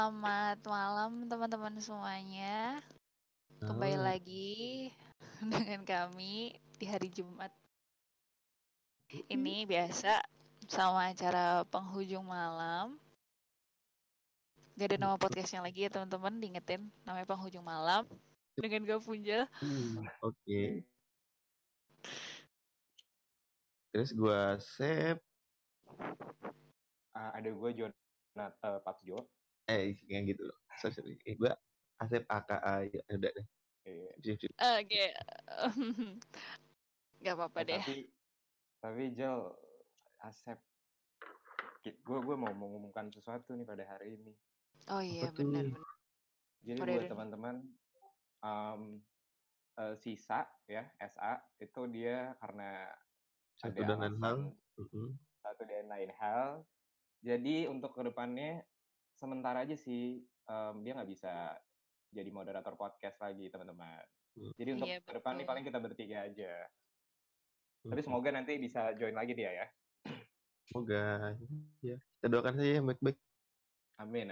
Selamat malam teman-teman semuanya. Kembali lagi dengan kami di hari Jumat. Ini biasa sama acara penghujung malam. Gak ada nama podcastnya lagi ya teman-teman, diingetin namanya penghujung malam dengan gue Punjal. Oke. Terus gue Sep. Ada gue Papsjo. Kayak gitu loh. Sorry. Gue Asep AKA. Ya udah deh. Oke. Gak apa-apa deh. Tapi Jal, Asep, gue mau mengumumkan sesuatu nih pada hari ini. Oh iya benar. Jadi buat teman-teman, sisa ya SA itu dia karena satu ada alasan satu dan lain hal. Jadi untuk kedepannya sementara aja sih dia nggak bisa jadi moderator podcast lagi teman-teman. Jadi untuk kedepannya paling kita bertiga aja. Tapi semoga nanti bisa join lagi dia ya. Semoga ya. Kita doakan saja ya baik-baik. Amin.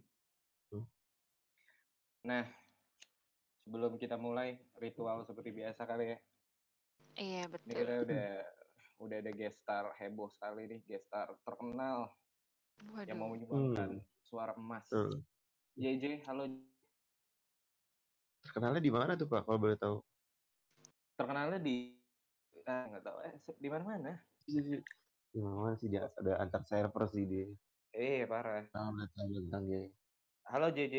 Nah, sebelum kita mulai ritual seperti biasa kali ya. Iya betul. Ini kita udah ada guest star heboh sekali nih, guest star terkenal. Waduh. Yang mau menyumbangkan suara emas. JJ, halo. Terkenalnya di mana tuh Pak? Kalau boleh tahu? Terkenalnya di nggak tahu di mana-mana. Di mana sih dia? Ada antar server sih dia. Parah. Tentang dia. Halo JJ.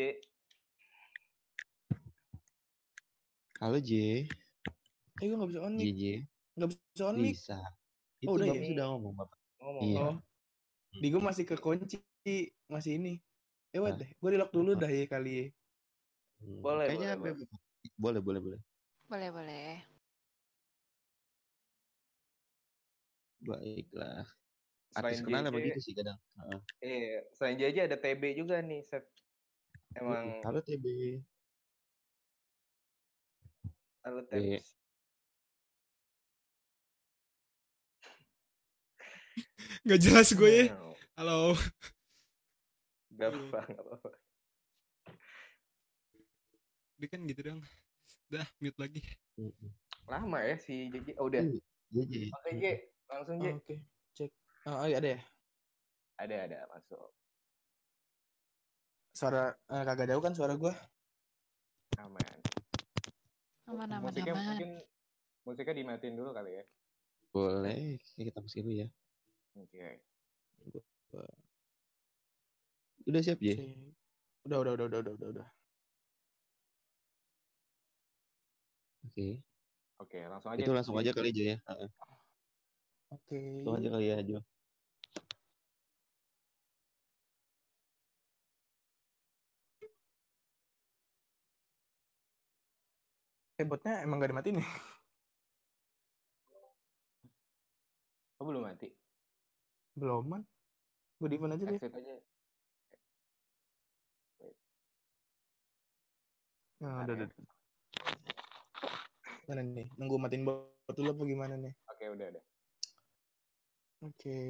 Halo J. Gue nggak bisa on mic. JJ. Nggak bisa on mic. Bisa. Itu udah Bapak ya? sudah ngomong Bapak. Iya. Di gue masih kekunci, masih ini. Deh. Gue di lock dulu dah ya kali ya. Boleh. Boleh. Boleh. Baiklah. Artis kenal begitu sih kadang. Selain JJ ada TB juga nih, Sep. Emang. Halo TB. Halo TB. Gak jelas gue ya. Halo. Gak apa-apa. Dia kan gitu dong. Dah, mute lagi. Lama ya si JJ. Oh, udah. JJ. Oke, J. Langsung J. Oke, cek. Ada ya? Ada masuk. Suara kagak jauh kan suara gue? Aman. Musiknya dimatiin dulu kali ya. Boleh, kita masukin dulu ya. Oke. Udah siap ya? Udah. Oke, langsung aja. Itu langsung aja kali aja ya. Oke. Langsung aja kali ya, Jo. Botnya emang gak dimatiin nih? Oh, belum mati? Belum, man. Gue di phone aja deh. Exit aja. Nah, udah. Mana nih? Nunggu matiin bot dulu apa gimana nih? Oke, udah. Oke.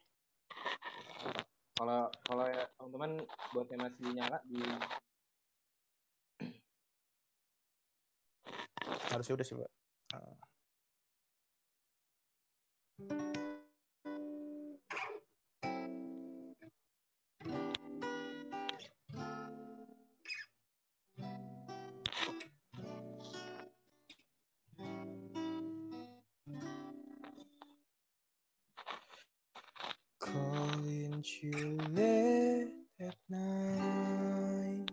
Kalau ya, teman-teman botnya masih nyala di harusnya udah sih, Mbak. Calling you late at night,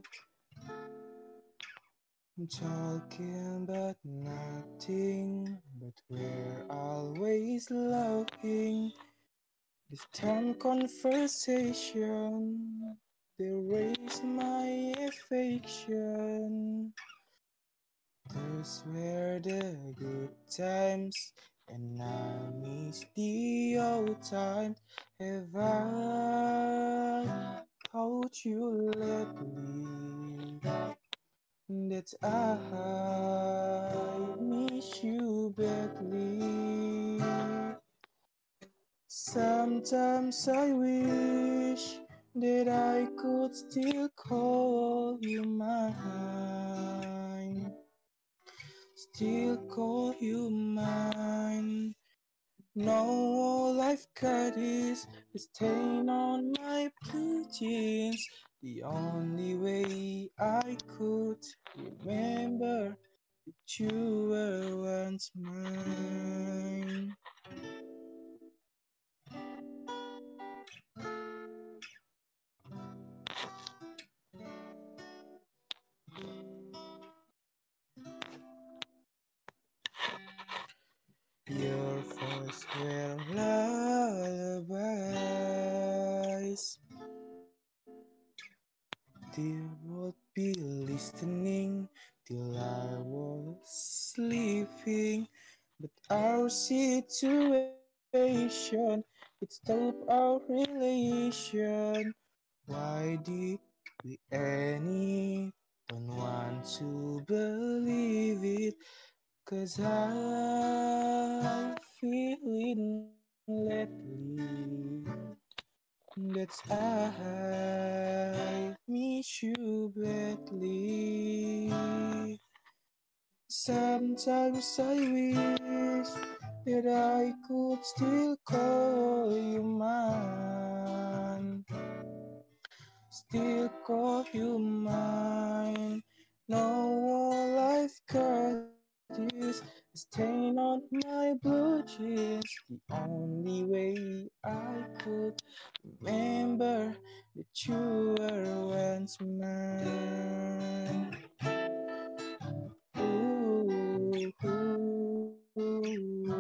I'm talking about nothing, but we're always laughing. This time conversation, they raise my affection. Those were the good times, and I miss the old times. Have I told you lately that I miss you badly? Sometimes I wish that I could still call you mine. Still call you mine. No, all I've got is a stain on my blue jeans. The only way I could remember that you were once mine. Your voice were lullabies. They would be listening till I was sleeping. But our situation, it stopped our relation. Why did we end it? Don't want to believe it. 'Cause I feeling lately that I miss you badly. Sometimes I wish that I could still call you mine. Still call you mine. No, all I've got is a stain on my blue jeans. The only way I could remember that you were once mine. Ooh, ooh.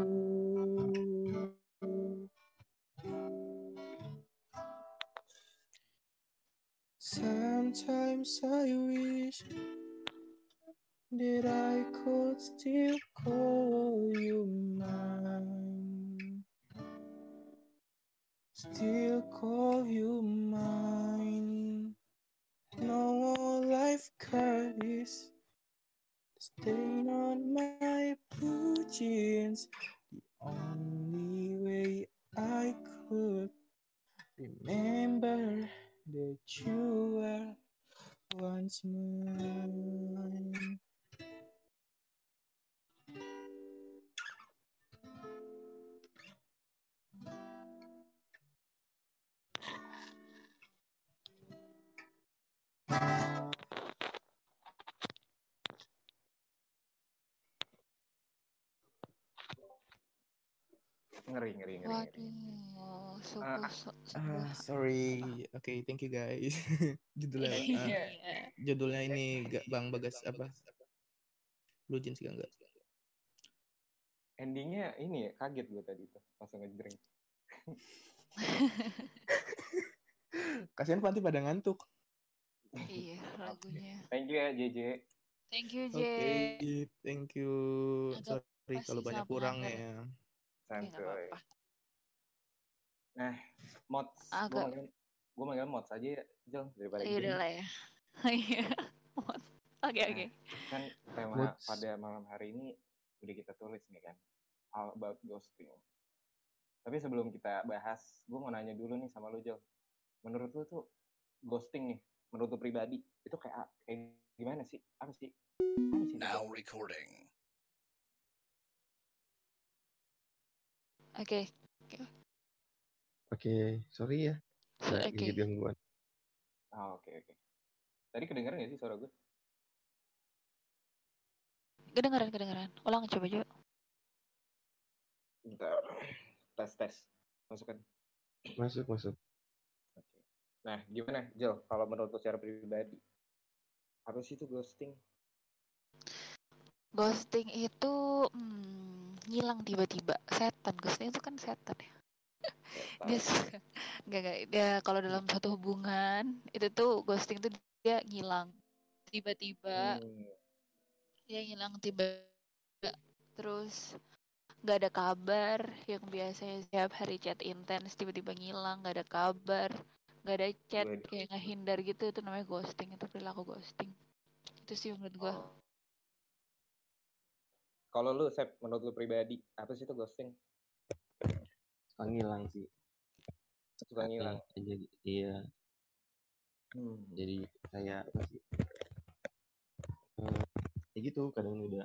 Sometimes I wish that I could still call you mine. Still call you mine. No, all I've got is the stain on my blue jeans. The only way I could remember that you were once mine. Ngeri. Waduh, sebuah. Sorry. Oke, thank you guys. Judulnya Iya. judulnya ini Bang Bagas apa? Blue Jeans gak enggak? Endingnya ini ya, kaget gue tadi tuh langsung ngejreng. Kasihan nanti pada ngantuk. Iya, lagunya. Thank you ya JJ. Thank you, J. Oke, thank you. Agak Sorry pasti kalau banyak sama kurang pelanggar. ya. Oke, nggak Santuy. apa-apa. Nah, mods. Agak. Gue manggil mods aja ya, Jel, daripada Iya udah lah ya. Iya. Oke. Kan tema Mods. pada malam hari ini udah kita tulis nih kan, all about ghosting. Tapi sebelum kita bahas, gue mau nanya dulu nih sama lu, Jel. Menurut lu tuh ghosting nih, menurut lu pribadi, itu kayak gimana sih? Apa sih? Now recording. Oke, sorry ya. Gigit gangguan. Oke. Tadi kedengeran gak sih suara gue? Kedengeran. Ulang coba. Bentar. Tes. Masukkan. Masuk. Oke. Nah, gimana, Jel? Kalau menurut lu secara pribadi, apa sih itu ghosting? Ghosting itu ngilang tiba-tiba. Setan. Ghosting itu kan setan ya. Dia kalau dalam satu hubungan itu tuh ghosting tuh dia ngilang tiba-tiba. Dia ngilang tiba-tiba. Terus nggak ada kabar, yang biasanya setiap hari chat intens tiba-tiba ngilang, nggak ada kabar, nggak ada chat, kayak ngehindar gitu. Itu namanya ghosting. Itu perilaku ghosting. Itu sih menurut gue. Kalau lu, Sep, menurut lu pribadi, apa sih itu ghosting? Suka ngilang sih. Suka ngilang? Jadi, iya. Jadi kayak apa sih? Ya gitu kadang udah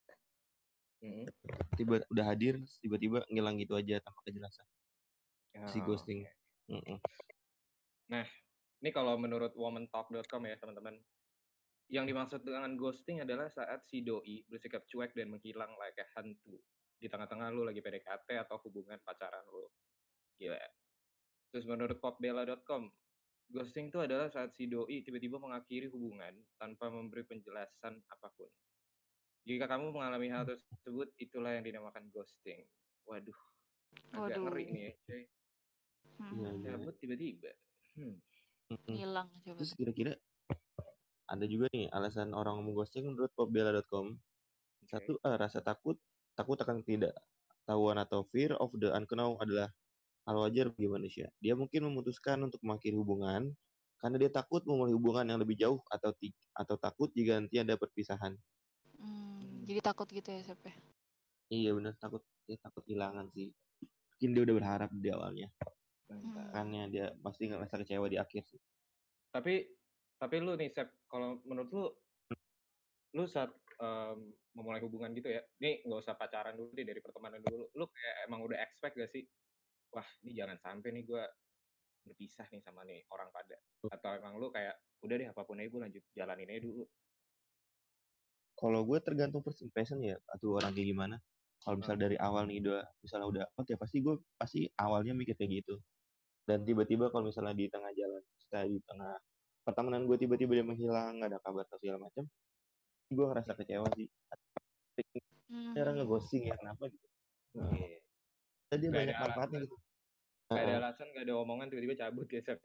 udah hadir tiba-tiba ngilang gitu aja tanpa kejelasan si ghosting. Nah, ini kalau menurut womantalk.com ya teman-teman, yang dimaksud dengan ghosting adalah saat si doi bersikap cuek dan menghilang layaknya hantu di tengah-tengah lu lagi PDKT atau hubungan pacaran lu. Gila. Terus menurut popbella.com, ghosting itu adalah saat si doi tiba-tiba mengakhiri hubungan tanpa memberi penjelasan apapun. Jika kamu mengalami hal tersebut, itulah yang dinamakan ghosting. Waduh, agak ngeri nih ya, cuy. Cabut tiba-tiba. Hilang coba. Terus kira-kira ada juga nih alasan orang mau ghosting menurut popbella.com. Satu, rasa takut akan tidak ketahuan atau fear of the unknown adalah hal wajar bagi manusia. Dia mungkin memutuskan untuk mengakhiri hubungan karena dia takut memulai hubungan yang lebih jauh atau takut jika nanti ada perpisahan. Jadi takut gitu ya, Sep? Iya benar, takut kehilangan sih. Mungkin dia udah berharap di awalnya. Makanya dia pasti ngerasa kecewa di akhir sih. Tapi lu nih, Sep, kalau menurut lu saat memulai hubungan gitu ya, ini nggak usah pacaran dulu deh, dari pertemanan dulu, lu kayak emang udah expect gak sih, wah ini jangan sampai nih gue berpisah nih sama nih orang pada, atau emang lu kayak udah deh apapun aja gue lanjut jalanin aja dulu? Kalau gue tergantung first impression ya, atau orang kayak gimana. Kalau misal dari awal nih misalnya udah oke, pasti awalnya mikir kayak gitu. Dan tiba-tiba kalau misalnya di tengah jalan, setelah di tengah pertemanan gue tiba-tiba dia menghilang, nggak ada kabar atau segala macam, gue ngerasa kecewa sih. Cara ngeghosting ya, kenapa gitu? Tadi banyak manfaatnya gitu. Gak ada alasan, gak ada omongan, tiba-tiba cabut ya, Sep.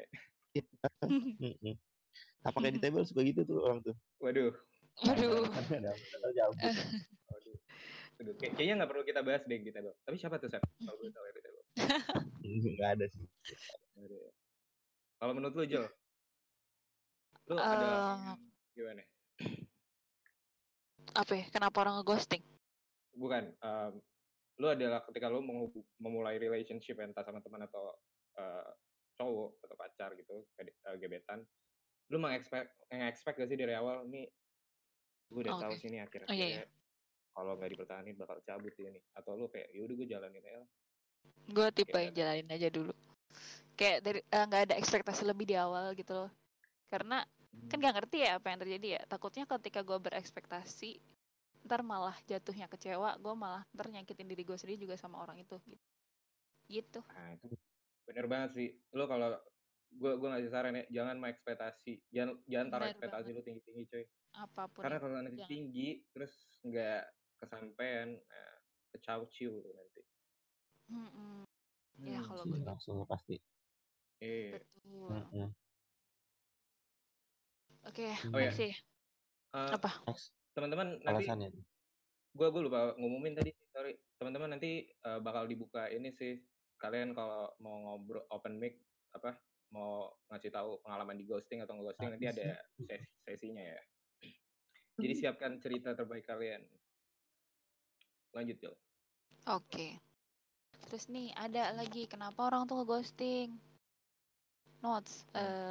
Apa kayak di table suka gitu tuh orang tuh. Waduh. Cabut. Waduh. Kayaknya nggak perlu kita bahas deh kita, tapi siapa tuh, Sep? Kalau gue tahu ya kita. Nggak ada sih. Kalau menurut lu, Jo, lu ada gimana? Apa ya? Kenapa orang ngeghosting? Bukan, lu adalah ketika lu memulai relationship entah sama teman atau cowok atau pacar gitu, gebetan, lu meng-expect gak sih dari awal nih, gue udah tahu sih nih akhir-akhirnya kalau nggak dipertahanin bakal cabut ya nih, atau lu kayak yaudah gue jalanin aja lah? Gue tipe yang jalanin aja dulu, kayak dari nggak ada ekspektasi lebih di awal gitu loh, karena kan nggak ngerti ya apa yang terjadi ya. Takutnya ketika gue berekspektasi ntar malah jatuhnya kecewa, gue malah ntar nyakitin diri gue sendiri juga sama orang itu gitu. Nah, itu bener banget sih. Lu kalau gue ngasih saran ya, jangan mau ekspektasi, jangan taruh ekspektasi lu tinggi-tinggi, coy. Apapun karena kalau nanti tinggi terus nggak kesampean, kecauciu lu nanti. Ya kalau gue langsung pasti. Betul. Oke, sih. Apa? Teman-teman nanti gue lupa ngumumin tadi, sorry. Teman-teman nanti bakal dibuka ini sih, kalian kalau mau ngobrol open mic mau ngasih tahu pengalaman di ghosting atau nge-ghosting, nanti ada sesinya ya. Jadi siapkan cerita terbaik kalian. Lanjut, Jo. Oke. Terus nih ada lagi, kenapa orang tuh nge-ghosting? Notes.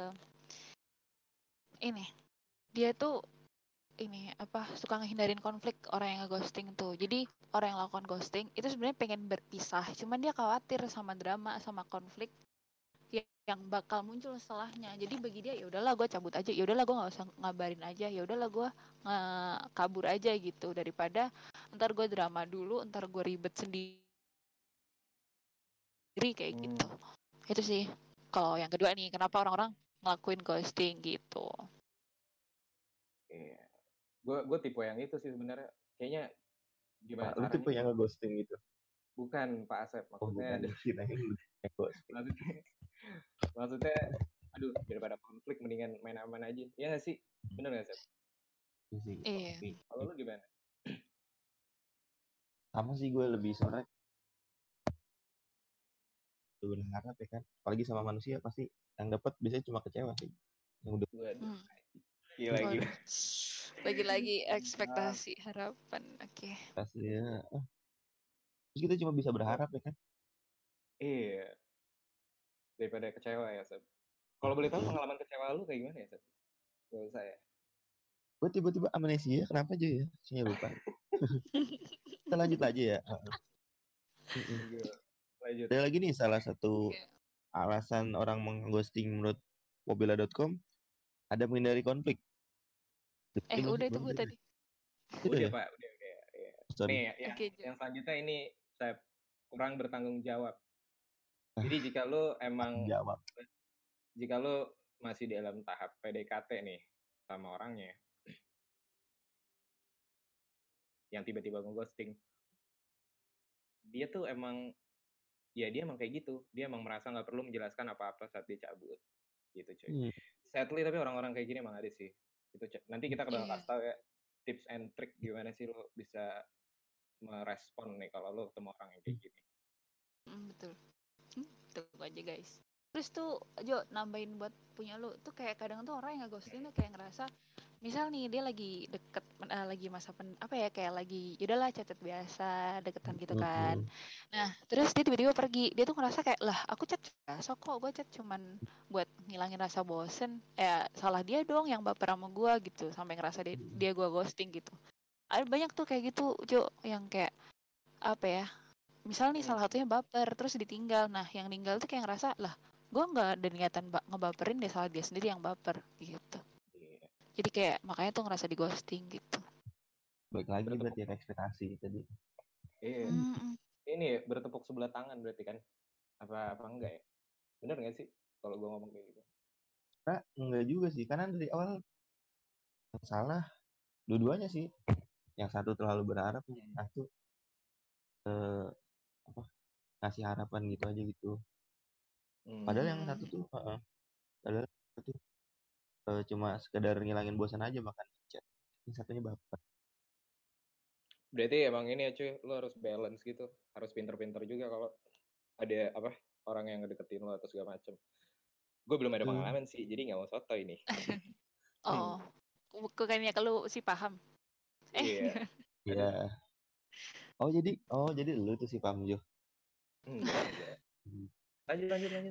Ini dia tuh suka ngehindarin konflik orang yang nge-ghosting tuh. Jadi orang yang lakukan ghosting itu sebenarnya pengen berpisah, cuman dia khawatir sama drama, sama konflik yang bakal muncul setelahnya. Jadi bagi dia ya udahlah gue cabut aja, ya udahlah gue nggak usah ngabarin aja, ya udahlah gue kabur aja gitu, daripada ntar gue drama dulu, ntar gue ribet sendiri kayak gitu. Itu sih kalau yang kedua nih, kenapa orang-orang ngelakuin ghosting gitu. Iya, gue tipe yang itu sih sebenarnya. Kayaknya gimana caranya? Lu tipe yang nge-ghosting gitu? Bukan, Pak Asep. Maksudnya maksudnya aduh, daripada konflik mendingan main aman aja. Iya nggak sih? Bener nggak, Sep? Iya. Kalau lu gimana? Sama sih, gue lebih sore berharap ya kan, apalagi sama manusia pasti yang dapat biasanya cuma kecewa sih. Yang udah gila. Lagi-lagi ekspektasi harapan. Oke. Pasti ya. Terus kita cuma bisa berharap ya kan. Iya. Daripada kecewa ya, Sep. Kalau boleh tahu pengalaman kecewa lu kayak gimana ya, Seth? Gak usah ya. Gue tiba-tiba amnesia, kenapa aja ya? Saya lupa. Kita lanjut aja ya. Lanjut. Ada lagi nih salah satu alasan orang mengghosting menurut Mobila.com, ada menghindari konflik. Udah itu gue tadi. Udah Pak, udah. Ya. Sorry. Nih, yang selanjutnya ini saya kurang bertanggung jawab. Jadi jika lu masih dalam tahap PDKT nih sama orangnya, yang tiba-tiba ngeghosting, dia emang kayak gitu. Dia emang merasa nggak perlu menjelaskan apa-apa saat dia cabut, gitu cuy. Sadly tapi orang-orang kayak gini emang ada sih. Itu nanti kita bakal kasih tahu ya tips and trick gimana sih lo bisa merespon nih kalau lo ketemu orang yang kayak gini. Betul. Tunggu aja guys. Terus tuh Jo nambahin buat punya lu tuh kayak kadang tuh orang yang ngeghosting tuh kayak ngerasa misal nih dia lagi deket lagi masa kayak lagi yaudahlah chat biasa deketan gitu kan. Nah terus dia tiba-tiba pergi, dia tuh ngerasa kayak lah aku chat biasa kok, gue chat cuman buat ngilangin rasa bosen, salah dia dong yang baper sama gue gitu, sampai ngerasa dia gue ghosting gitu. Ada banyak tuh kayak gitu Jo yang kayak apa ya, misal nih salah satunya baper terus ditinggal, nah yang ninggal tuh kayak ngerasa lah gue nggak ada niatan ngebaperin deh, salah dia sendiri yang baper gitu. Jadi kayak makanya tuh ngerasa di ghosting gitu. Baik lagi berarti ya ekspektasi tadi. Iya. Ini bertepuk sebelah tangan berarti kan? Apa enggak ya? Bener nggak sih kalau gue ngomong kayak gitu? Nah, enggak juga sih, karena dari awal yang salah dua-duanya sih. Yang satu terlalu berharap, yang satu ngasih harapan gitu aja gitu. Padahal yang satu tuh cuma sekedar ngilangin bosan aja makan chat. Yang satunya baper. Berarti emang ini ya cuy, lo harus balance gitu, harus pinter-pinter juga kalau ada orang yang ngedeketin lo atau segala macem. Gue belum ada pengalaman sih, jadi nggak mau soto ini. Kayaknya kalau sih paham. Iya. Iya. Oh jadi lu tuh sih paham Jo. Enggak. Lanjut.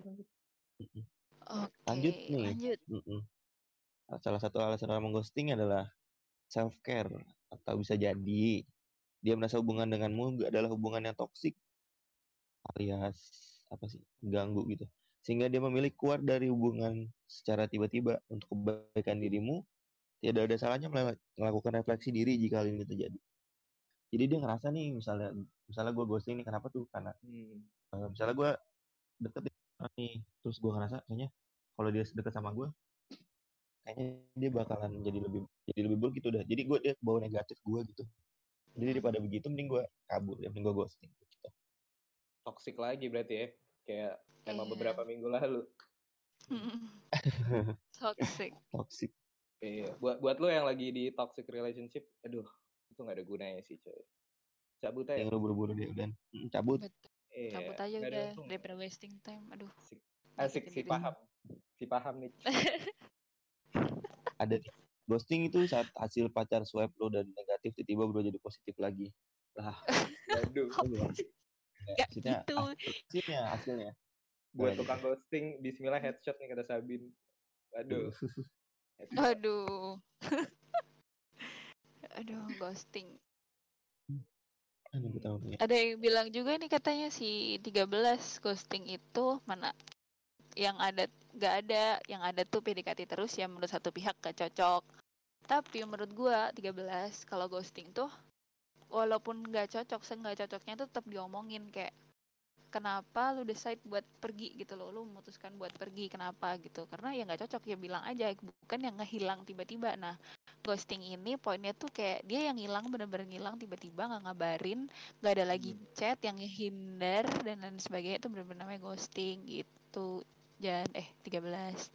Lanjut nih. Salah satu alasan orang mengghosting adalah self care, atau bisa jadi dia merasa hubungan denganmu adalah hubungan yang toksik alias ganggu gitu, sehingga dia memilih keluar dari hubungan secara tiba-tiba. Untuk kebaikan dirimu, tidak ada salahnya melakukan refleksi diri jika hal ini terjadi. Jadi dia ngerasa nih, misalnya gue ghosting nih, kenapa tuh? Karena misalnya gue deket nih, terus gue ngerasa kayaknya kalau dia deket sama gue, kayaknya dia bakalan jadi lebih buruk gitu dah. Jadi dia bawa negatif gue gitu. Jadi daripada begitu mending gue kabur, mending gue ghosting gitu. Toxic lagi berarti ya, kayak emang beberapa minggu lalu. Toxic. Iya, buat lo yang lagi di toxic relationship, aduh, itu nggak ada gunanya sih coy. Cabut aja. Yang buru-buru dia udah cabut. Cabut aja udah daripada wasting time. Aduh. Asik si paham nih. Ada nih. Ghosting itu saat hasil pacar swipe lo dan negatif tiba-tiba berubah jadi positif lagi. Lah. Waduh. Gak gitu. Hasilnya. Buat tukang ghosting, bismillah headshot nih kata Sabin. Aduh. Aduh, ghosting. Ada yang bilang juga nih katanya si 13 ghosting itu mana yang ada gak ada, yang ada tuh PDKT terus ya, menurut satu pihak gak cocok. Tapi menurut gua 13 kalau ghosting tuh walaupun gak cocok, cocoknya tuh tetap diomongin kayak kenapa lu decide buat pergi gitu loh, lu memutuskan buat pergi kenapa gitu, karena ya nggak cocok ya bilang aja, bukan yang ngehilang tiba-tiba. Nah ghosting ini poinnya tuh kayak dia yang hilang, bener-bener ngilang tiba-tiba, nggak ngabarin, nggak ada lagi chat, yang ngehindar dan lain sebagainya, itu bener-bener namanya ghosting gitu. Jangan 13.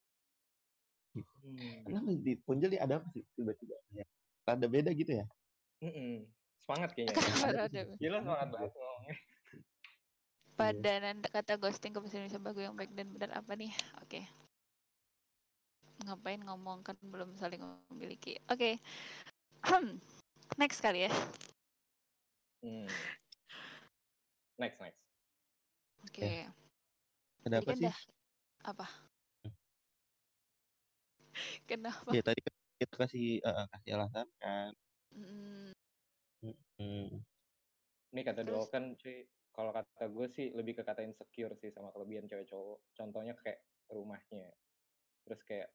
Kenapa di Punjel ada apa sih tiba-tiba ya? Ada beda gitu ya? Semangat kayaknya. Gila semangat banget ngomongnya. Padanan kata ghosting ke bahasa Indonesia bagus yang baik dan benar apa nih? Oke. Ngapain ngomong kan belum saling memiliki. Oke. Next kali ya. Next. Oke. Ada apa sih? Apa? Kenapa? Ya tadi kita kasih alasan kan. Mm, Ini kata Terus? Dolken cuy, kalau kata gue sih lebih ke kata insecure sih sama kelebihan cewek cowok. Contohnya kayak rumahnya, terus kayak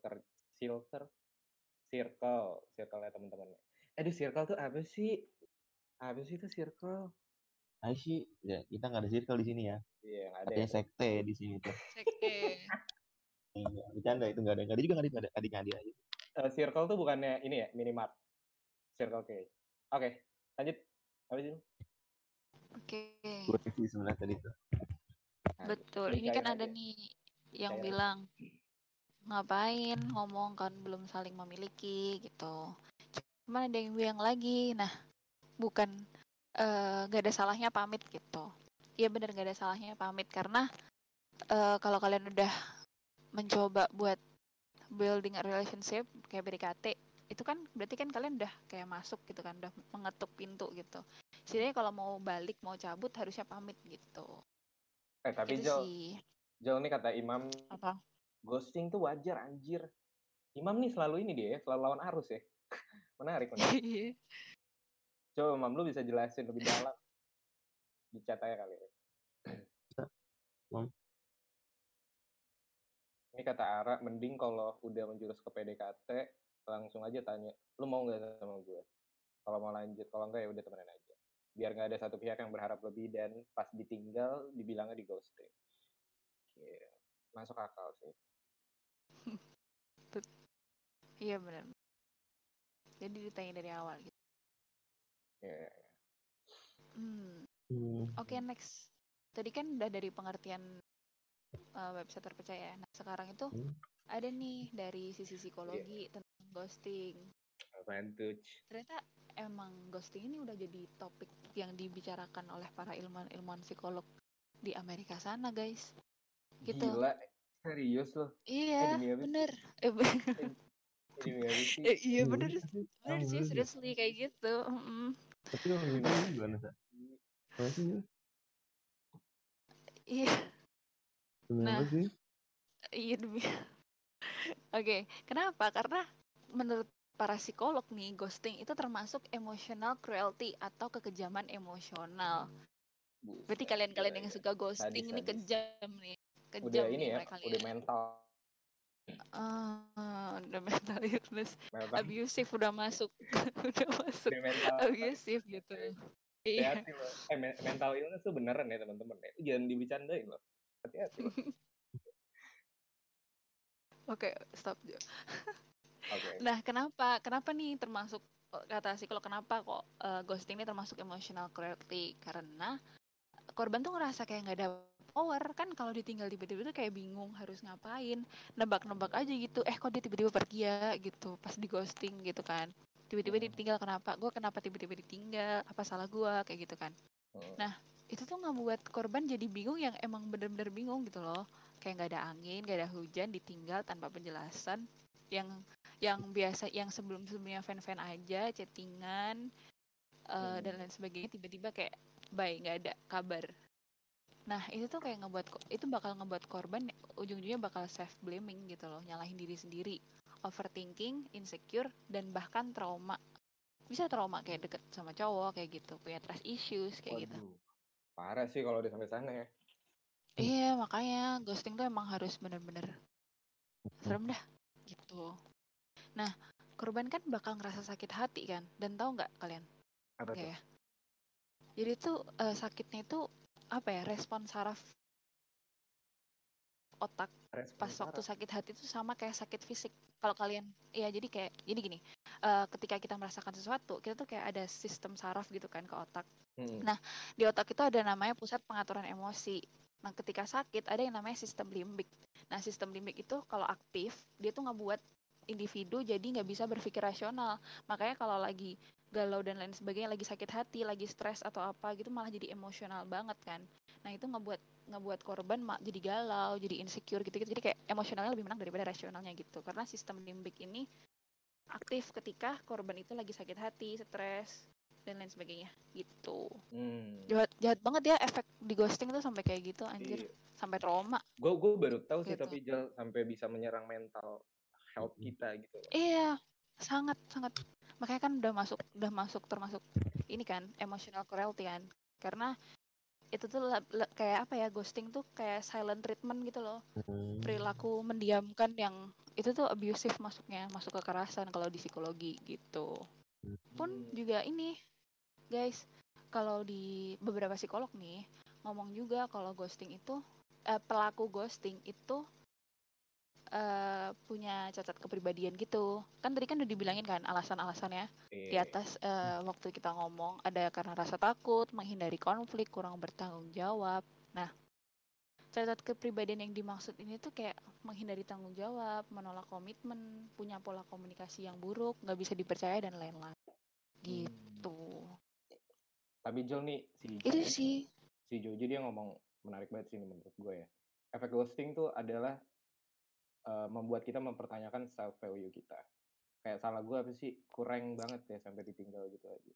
circle ya teman-temannya. Di circle tuh apa sih? Apa sih itu circle? Ayo sih, ya kita nggak ada circle di sini ya. Iya, nggak ada Katanya ya. sekte di sini tuh. Sekte. Bercanda itu nggak ada juga nggak ada adik-adik aja. Circle tuh bukannya ini ya, minimart. Circle K. Oke, lanjut. Apa sih? Oke. Gue sih sebenarnya tadi tuh. Betul. Ini kan ada nih yang bilang ngapain ngomong kan belum saling memiliki gitu. Cuman ada yang bilang lagi, nah bukan nggak ada salahnya pamit gitu. Iya bener nggak ada salahnya pamit karena kalau kalian udah mencoba buat building a relationship kayak PDKT itu kan berarti kan kalian udah kayak masuk gitu kan, udah mengetuk pintu gitu. Setidaknya kalau mau balik mau cabut harusnya pamit gitu. Tapi Gitu sih. Jol nih kata Imam, Apa? ghosting tuh wajar anjir. Imam nih selalu ini dia, selalu lawan arus ya. Menarik. Coba Imam lu bisa jelasin lebih dalam di chat aja kali ya. Ini kata Ara, mending kalau udah menjurus ke PDKT langsung aja tanya, lu mau nggak sama gue? Kalau mau lanjut, kalau enggak ya udah temenan aja. Biar nggak ada satu pihak yang berharap lebih dan pas ditinggal dibilangnya di ghosting. Yeah. Masuk akal sih. Iya benar. Jadi ditanya dari awal gitu. Yeah. Oke, next. Tadi kan udah dari pengertian website terpercaya. Nah, sekarang itu ada nih dari sisi psikologi tentang ghosting. Apaan tuh? Ternyata emang ghosting ini udah jadi topik yang dibicarakan oleh para ilmuwan psikolog di Amerika sana, guys. Gitu. Gila, serius loh? Iya, bener. Demi apa sih? Iya bener sih, seriously kayak gitu. Tapi kalau demi apa gimana sih? Apa sih? Iya. Demi apa sih? Iya demi. Oke, kenapa? Karena menurut para psikolog nih, ghosting itu termasuk emotional cruelty atau kekejaman emosional. Berarti kalian-kalian yang suka ghosting ini kejam nih. Kejam udah ini nih ya, kalian. udah mental. Udah mental illness. Abusive udah masuk. Udah masuk. Abusive gitu. Iya. Hati-hati loh. Mental illness tuh beneran ya teman-teman. Jangan dibercandain loh. Hati-hati loh. Oke, stop. Okay. Nah, kenapa nih termasuk kata psikolog kenapa kok ghosting ini termasuk emotional cruelty? Karena korban tuh ngerasa kayak nggak ada power kan, kalau ditinggal tiba-tiba tuh kayak bingung harus ngapain, nebak-nebak aja gitu. Kok dia tiba-tiba pergi ya gitu pas di ghosting gitu kan. Tiba-tiba ditinggal kenapa tiba-tiba ditinggal? Apa salah gue kayak gitu kan. Nah, itu tuh ngebuat korban jadi bingung, yang emang bener-bener bingung gitu loh. Kayak nggak ada angin, nggak ada hujan, ditinggal tanpa penjelasan. Yang biasa, yang sebelumnya fan-fan aja, chattingan dan lain sebagainya, tiba-tiba kayak bye, nggak ada kabar. Nah itu tuh kayak itu bakal ngebuat korban ujung-ujungnya bakal self blaming gitu loh, nyalahin diri sendiri, overthinking, insecure, dan bahkan trauma. Bisa trauma kayak deket sama cowok kayak gitu, punya trust issues kayak gitu. Parah sih kalau udah sampai sana ya. Iya, makanya ghosting tuh emang harus bener-bener serem dah gitu. Nah, korban kan bakal ngerasa sakit hati kan, dan tahu nggak kalian? Apa tuh? Ya. Jadi tuh sakitnya itu apa ya? Respon saraf otak pas waktu sakit hati itu sama kayak sakit fisik. Kalau kalian, ya jadi gini, ketika kita merasakan sesuatu, kita tuh kayak ada sistem saraf gitu kan ke otak. Nah, di otak itu ada namanya pusat pengaturan emosi. Nah, ketika sakit ada yang namanya sistem limbik. Nah, sistem limbik itu kalau aktif, dia tuh ngebuat individu jadi nggak bisa berpikir rasional. Makanya kalau lagi galau dan lain sebagainya, lagi sakit hati, lagi stres atau apa gitu, malah jadi emosional banget kan. Nah, itu ngebuat korban jadi galau, jadi insecure gitu-gitu. Jadi kayak emosionalnya lebih menang daripada rasionalnya gitu. Karena sistem limbik ini aktif ketika korban itu lagi sakit hati, stres, dan lain sebagainya gitu. Jahat banget ya efek di ghosting tuh sampai kayak gitu anjir. Sampai trauma. Gue baru tahu sih, tapi sampai bisa menyerang mental. help kita gitu loh. Iya, sangat. Makanya kan udah masuk termasuk ini kan emotional cruelty kan. Karena itu tuh kayak apa ya, ghosting tuh kayak silent treatment gitu loh. Perilaku mendiamkan yang itu tuh abusive masuk kekerasan kalau di psikologi gitu. Pun juga ini guys, kalau di beberapa psikolog nih ngomong juga kalau ghosting itu pelaku ghosting itu punya cacat kepribadian gitu. Kan tadi kan udah dibilangin kan alasan-alasannya di atas waktu kita ngomong, ada karena rasa takut, menghindari konflik, kurang bertanggung jawab. Nah, cacat kepribadian yang dimaksud ini tuh kayak menghindari tanggung jawab, menolak komitmen, punya pola komunikasi yang buruk, nggak bisa dipercaya dan lain-lain. Gitu. Tapi Jol nih si Jojo dia ngomong menarik banget sih menurut gue ya. Efek ghosting tuh adalah membuat kita mempertanyakan self value kita. Kayak salah gue apa sih, kurang banget ya sampai ditinggal gitu aja.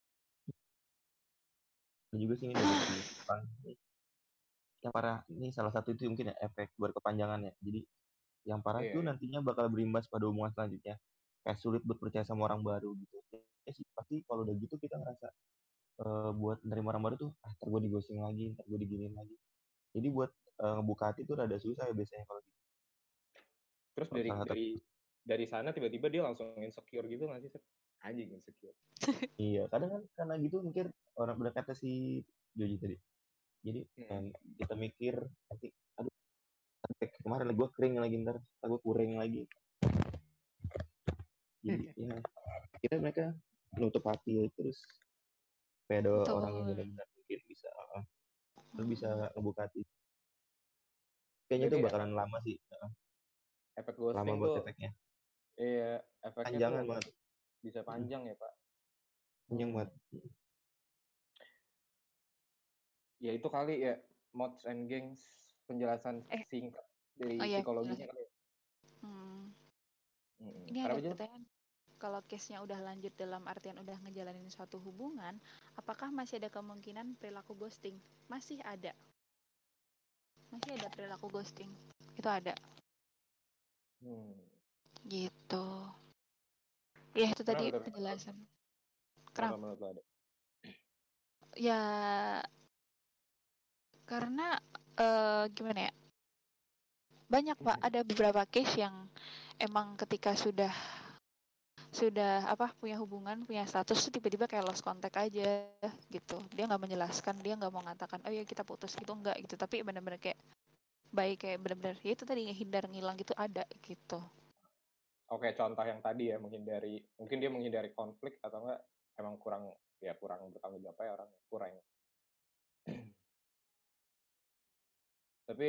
Juga sih ini dari si Jepang. Yang parah ini salah satu itu mungkin ya efek berkepanjangan ya. Jadi yang parah itu nantinya bakal berimbas pada hubungan selanjutnya. Kayak sulit buat percaya sama orang baru gitu. Ya sih pasti kalau udah gitu kita ngerasa buat menerima orang baru tuh ntar gue di-ghosting lagi, ntar gue diginiin lagi. Jadi buat ngebuka hati tuh rada susah ya biasanya kalau gitu. Terus dari sana tiba-tiba dia langsung insecure gitu nggak sih? Anjing insecure. Iya, kadang kan karena gitu mikir orang udah kata si Joji tadi. Jadi kita mikir nanti aduh kemarin gue kering lagi ntar gue kurang lagi. Jadi ya kita mereka nutup hati terus supaya ada orang yang benar-benar mungkin bisa ngebuka hati. Kayaknya itu bakalan lama sih. Efek ghosting lama buat efeknya. Iya, efeknya panjangan tuh banget. Bisa panjang ya Pak. Panjang banget. Ya itu kali ya mods and gangs penjelasan singkat dari psikologinya kali ya. Ini ada pertanyaan, kalau case-nya udah lanjut dalam artian udah ngejalanin suatu hubungan, apakah masih ada kemungkinan perilaku ghosting? Masih ada perilaku ghosting, itu ada. Gitu. Ya itu tadi penjelasan. Kenapa menurut lo ada? Ya karena gimana ya, banyak Pak, ada beberapa case yang emang ketika sudah punya hubungan, punya status, tiba-tiba kayak lost contact aja gitu. Dia nggak menjelaskan, dia nggak mau mengatakan oh ya kita putus gitu, enggak gitu, tapi benar-benar kayak kayak benar-benar ya itu tadi ngehindar ngilang gitu ada gitu. Oke, contoh yang tadi ya, mungkin dia menghindari konflik atau enggak emang kurang bertanggung jawab ya orangnya, kurang. Tapi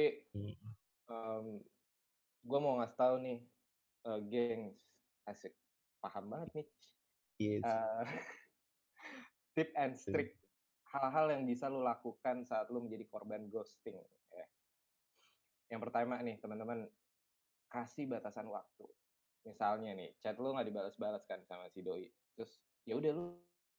gue mau ngasih tahu nih, gengs, asik, paham banget nih. Yes. Tip and trick, hal-hal yang bisa lo lakukan saat lo menjadi korban ghosting. Ya. Yang pertama nih teman-teman, kasih batasan waktu. Misalnya nih, chat lo nggak dibalas-balas kan sama si doi, terus ya udah lo,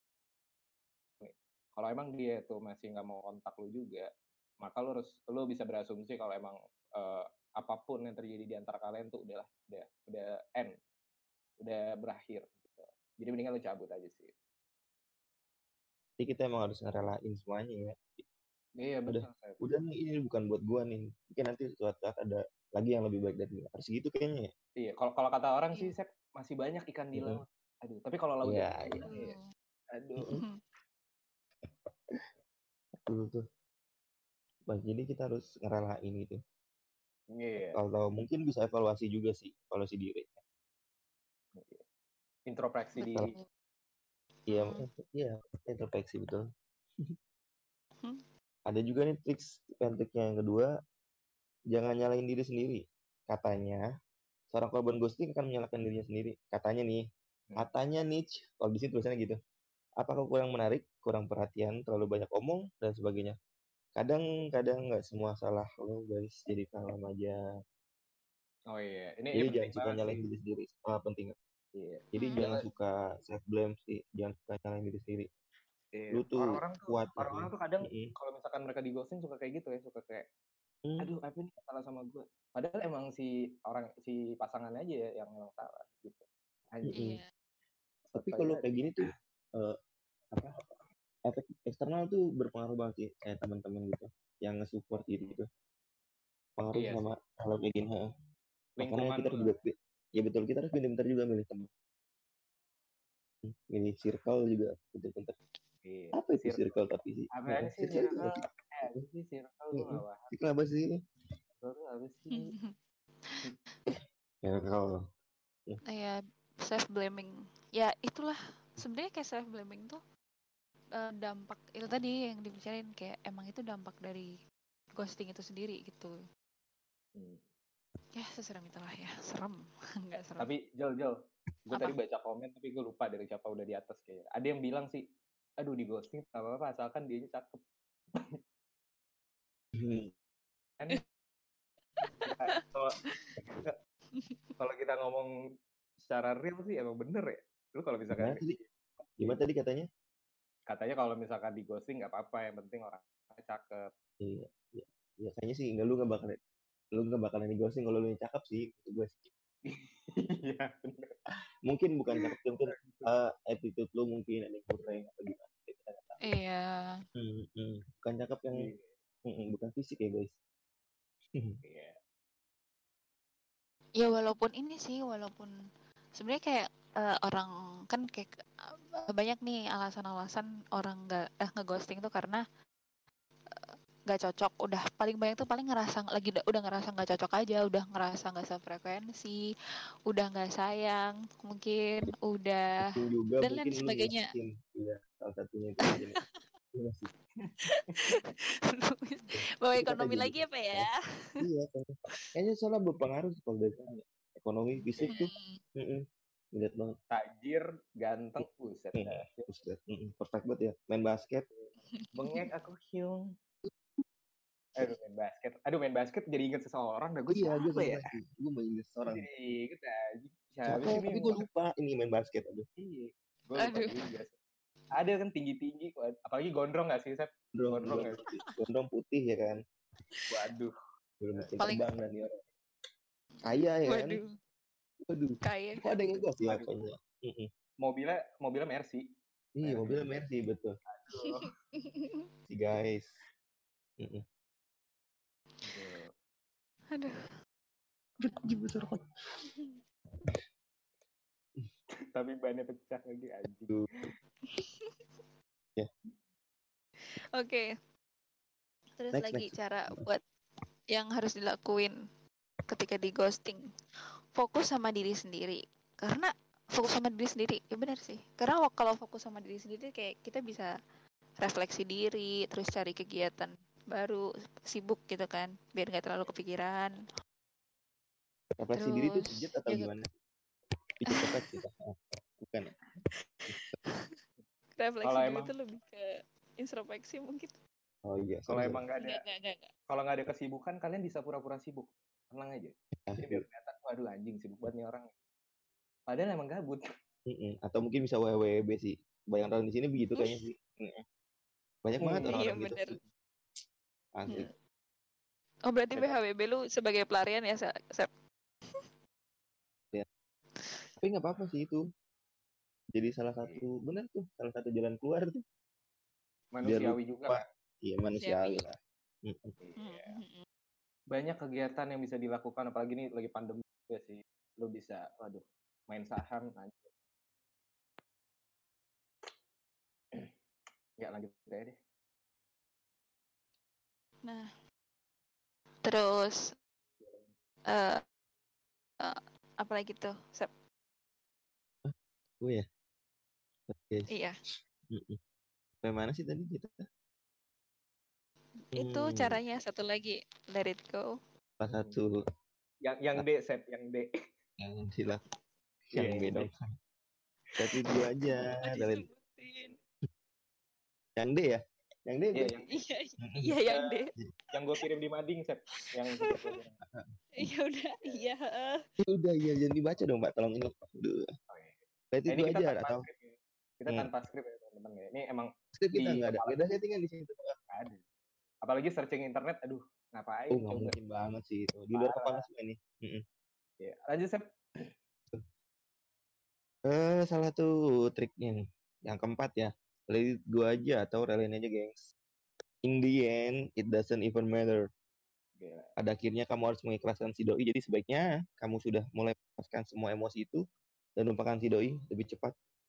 kalau emang dia tuh masih nggak mau kontak lo juga, maka lo bisa berasumsi kalau emang apapun yang terjadi di antara kalian tuh udah end, udah berakhir gitu. Jadi mendingan lo cabut aja sih. Jadi kita emang harus ngerelain semuanya ya. Iya betul. Udah nih ini bukan buat gua nih. Mungkin nanti suatu saat ada lagi yang lebih baik dari ini. Harus gitu kayaknya ya. Iya, kalau kata orang sih Sep, masih banyak ikan di laut. Aduh, tapi kalau laut ya. Aduh. Tuh. Jadi kita harus ngerelain gitu. Iya. Kalau mungkin bisa evaluasi juga sih, evaluasi diri. Introspeksi diri. Iya, introspeksi betul. Ada juga nih triknya yang kedua, jangan nyalain diri sendiri. Katanya, seorang korban ghosting akan menyalahkan dirinya sendiri. Katanya nih, kalau di sini tulisannya gitu. Apakah kurang menarik, kurang perhatian, terlalu banyak omong, dan sebagainya. Kadang nggak semua salah lo guys, jadi kalem aja. Oh iya, ini jadi jangan suka nyalain diri sendiri, penting. Iya. Jadi jangan suka self blame sih, jangan suka nyalain diri sendiri. Iya. Lu tuh orang-orang kuat. Orang-orang tuh kadang kalau misalkan mereka di ghosting suka kayak gitu ya, suka kayak aduh apa nih salah sama gue, padahal emang si pasangan aja ya yang memang salah gitu. Iya. Tapi kalau kayak gini tuh efek eksternal tuh berpengaruh banget sih, kayak teman-teman gitu yang nge-support gitu pengaruh sama hal kayak gini. Makanya kita harus juga, ya betul, kita harus pintar-pintar juga milih teman, milih circle juga pintar-pintar. Apa itu circle tapi sih? Apaan sih circle? Circle gue nggak paham. Circle apa sih? Circle apa sih? Circle. Ya self blaming. Ya itulah sebenarnya kayak self blaming tuh dampak itu tadi yang dibicarain, kayak emang itu dampak dari ghosting itu sendiri gitu. Ya seserem itulah ya, serem. Nggak serem. Tapi Jol, gue tadi baca komen tapi gue lupa dari siapa, udah di atas kayaknya. Ada yang bilang sih, aduh di ghosting apa-apa asalkan dianya cakep. Kan kalau kita ngomong secara real sih emang bener ya. Lu kalau misalkan gimana tadi katanya? Katanya kalau misalkan di ghosting nggak apa-apa, yang penting orangnya cakep. Iya. Ya kayaknya sih lu nggak bakalan di ghosting kalau lu yang cakep sih, gue sih. Iya bener. Mungkin bukan cakep, mungkin attitude lu mungkin ada yang kurang atau gimana. Iya. Bukan cakep yang bukan fisik ya guys. Iya. Ya walaupun sebenarnya kayak orang kan kayak banyak nih alasan-alasan orang nggak ngeghosting tuh karena nggak cocok. Udah paling banyak tuh paling udah ngerasa nggak cocok aja, udah ngerasa nggak sefrekuensi, udah nggak sayang mungkin, udah juga, dan lain sebagainya. Iya, salah satunya itu. Bawa ekonomi lagi apa ya? Iya, kayaknya soalnya berpengaruh kalau dari ekonomi fisik tuh. Lihat banget. Tajir, ganteng, buset. Perfect banget ya. Main basket. Bengek aku hiung. Aduh main basket jadi inget seseorang. Dah gue siapa ya? Gue mau inget seseorang. Jadi inget aja. Siapa? Tapi gue lupa ini main basket. Iya. Gue lupa juga. Ada kan tinggi-tinggi, apalagi gondrong nggak sih, Sep? Gondrong putih ya kan. Waduh. Paling terbang dan dia orang. Kaya ya kan. Waduh. Kaya. Kok ada yang ngegas ya kayaknya. Mobilnya Mercy. Iya, mobilnya Mercy, betul. Aduh. Si guys. Aduh. Besar kok. Tapi bannya pecah lagi anjing. Ya. Oke. Terus lagi cara buat yang harus dilakuin ketika di ghosting. Fokus sama diri sendiri. Karena fokus sama diri sendiri, ya benar sih. Karena kalau fokus sama diri sendiri kayak kita bisa refleksi diri, terus cari kegiatan baru, sibuk gitu kan, biar nggak terlalu kepikiran. Refleksi diri itu pijat atau gimana? Pijat refleksi bukan. Refleksi diri itu lebih ke introspeksi mungkin. Oh iya. Kalau emang nggak ada, kalau nggak ada kesibukan, kalian bisa pura-pura sibuk, tenang aja. Jadi biar kelihatan, waduh anjing sibuk banget nih orang. Padahal emang gabut. Atau mungkin bisa WWB sih. Banyak orang di sini begitu kayaknya sih. Banyak banget orang-orang gitu. Bener. Asik. Oh berarti WHWB lu sebagai pelarian ya, Sep? Ya. Tapi nggak apa-apa sih itu. Jadi salah satu, benar tuh, salah satu jalan keluar tuh. Manusiawi juga kan? Iya, manusiawi lah. Banyak kegiatan yang bisa dilakukan, apalagi ini lagi pandemi juga sih. Lo bisa, waduh, main saham aja. Ya lanjut deh. Nah, terus apa lagi tuh, Sep? Oh ya. Okay. Iya. Bagaimana sih tadi kita? Itu caranya satu lagi, let it go. Salah satu. Yang D, Sep, yang D. Yang sila. Yang B dong. Tapi dua aja. Yang D ya? Yang D. Iya, yang D. Yang gue kirim di mading, Sep. Yang iya udah, iya. Udah, iya, jangan dibaca dong, Mbak. Tolong ini. Berarti itu aja atau? Kita tanpa skrip ya, teman-teman. Ini emang skrip kita nggak ada. Beda settingan di sini. Ada. Apalagi searching internet, aduh, Ngapain nggak coba? mungkin banget sih itu. Di luar kepala semua ini. Ya, lanjut Sep. Salah satu triknya nih. Yang keempat ya. Let it go aja atau relain aja, gengs. In the end, it doesn't even matter. Gila. Pada akhirnya kamu harus mengikhlaskan si doi. Jadi sebaiknya kamu sudah mulai melepaskan semua emosi itu dan lupakan si doi lebih cepat.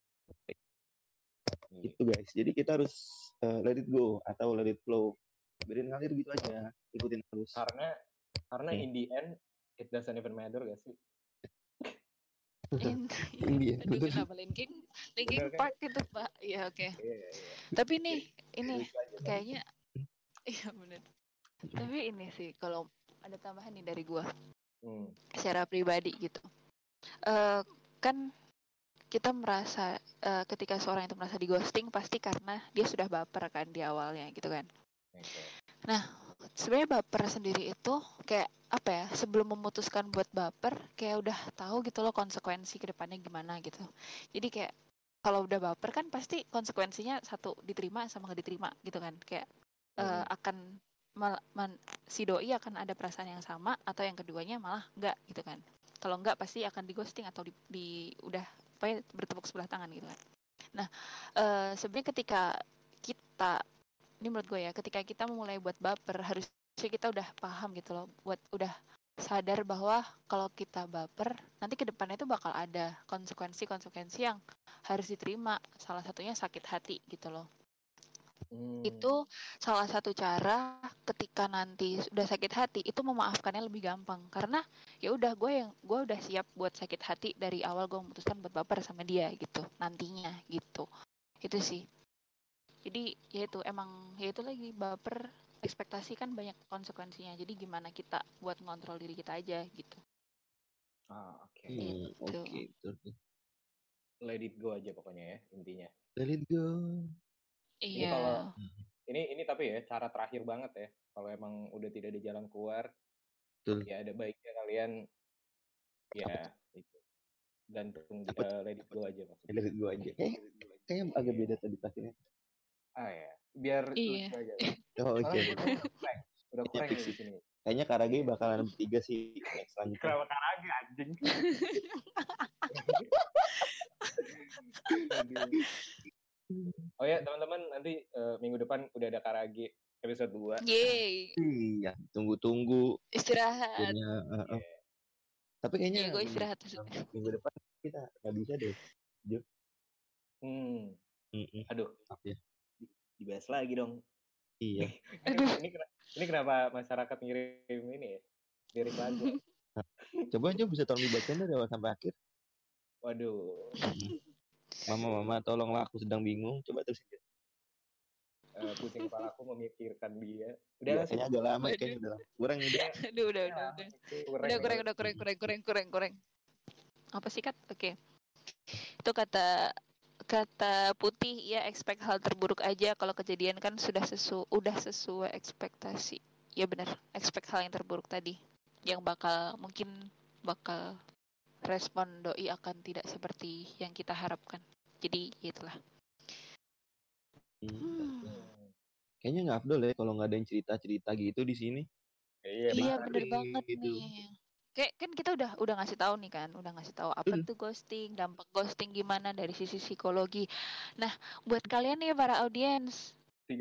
Gitu guys. Jadi kita harus let it go atau let it flow. Biarin ngalir gitu aja. Ikutin terus. Karena in the end it doesn't even matter gak sih? Iya. Aduh, kenapa Linkin Bener kan? Park gitu Pak? Iya oke. Iya. Tapi nih ini Lucu aja, Pak. kayaknya iya bener. Tapi ini sih kalau ada tambahan nih dari gua secara pribadi gitu. Kan kita merasa ketika seorang itu merasa di ghosting pasti karena dia sudah baper kan di awalnya gitu kan. Okay. Nah sebenarnya baper sendiri itu kayak apa ya, sebelum memutuskan buat baper kayak udah tahu gitu loh konsekuensi kedepannya gimana gitu. Jadi kayak kalau udah baper kan pasti konsekuensinya satu diterima sama nggak diterima gitu kan, kayak akan si doi akan ada perasaan yang sama atau yang keduanya malah enggak gitu kan. Kalau enggak pasti akan di ghosting atau di udah apa ya, bertepuk sebelah tangan gitu kan. Nah sebenarnya ketika kita, ini menurut gue ya, ketika kita mulai buat baper harusnya kita udah paham gitu loh, udah sadar bahwa kalau kita baper nanti ke depannya itu bakal ada konsekuensi yang harus diterima, salah satunya sakit hati gitu loh. Itu salah satu cara ketika nanti sudah sakit hati itu memaafkannya lebih gampang, karena ya udah gue udah siap buat sakit hati dari awal, gue memutuskan buat baper sama dia gitu nantinya gitu. Itu sih. Jadi ya itu emang ya itu lagi baper, ekspektasi kan banyak konsekuensinya. Jadi gimana kita buat ngontrol diri kita aja gitu. Oke. Oke. Let it go aja pokoknya ya intinya. Let it go. Ini kalau ini tapi ya cara terakhir banget ya. Kalau emang udah tidak ada jalan keluar, ya ada baiknya kalian ya itu gantung let it go aja maksudnya. Let it go aja. Kayaknya agak beda tadi terakhirnya. Ya, biar lucu aja. Oke. Udah kurang di sini. Kayaknya Karage bakalan bertiga sih next selanjutnya. Kenapa Karage anjing? Oh ya teman-teman, nanti minggu depan udah ada Karage episode 2. Yeay. Iya, tunggu-tunggu. Istirahat. Tapi kayaknya gue istirahat minggu depan kita nggak bisa deh. Aduh. Ya. Dibahas lagi dong. Iya. Ini kenapa masyarakat ngirim ini ya? Lirik lagu. Coba bisa tolong dibacain dari awal sampai akhir. Waduh. Mama, tolonglah, aku sedang bingung. Coba terus aja. Pusing kepala aku memikirkan dia. Udah kayaknya agak lama, kayaknya udah kurang ini. Aduh, udah kurang. Apa sih Kat? Oke. Itu kata Putih ya, expect hal terburuk aja, kalau kejadian kan udah sesuai ekspektasi. Ya benar, expect hal yang terburuk tadi, yang mungkin bakal respon doi akan tidak seperti yang kita harapkan. Jadi itulah. Kayaknya nggak afdol ya kalau nggak ada yang cerita gitu di sini. Iya bener banget gitu. Nih. Kayak kan kita udah ngasih tahu nih kan, udah ngasih tahu apa tuh ghosting, dampak ghosting gimana dari sisi psikologi. Nah, buat kalian nih para audiens,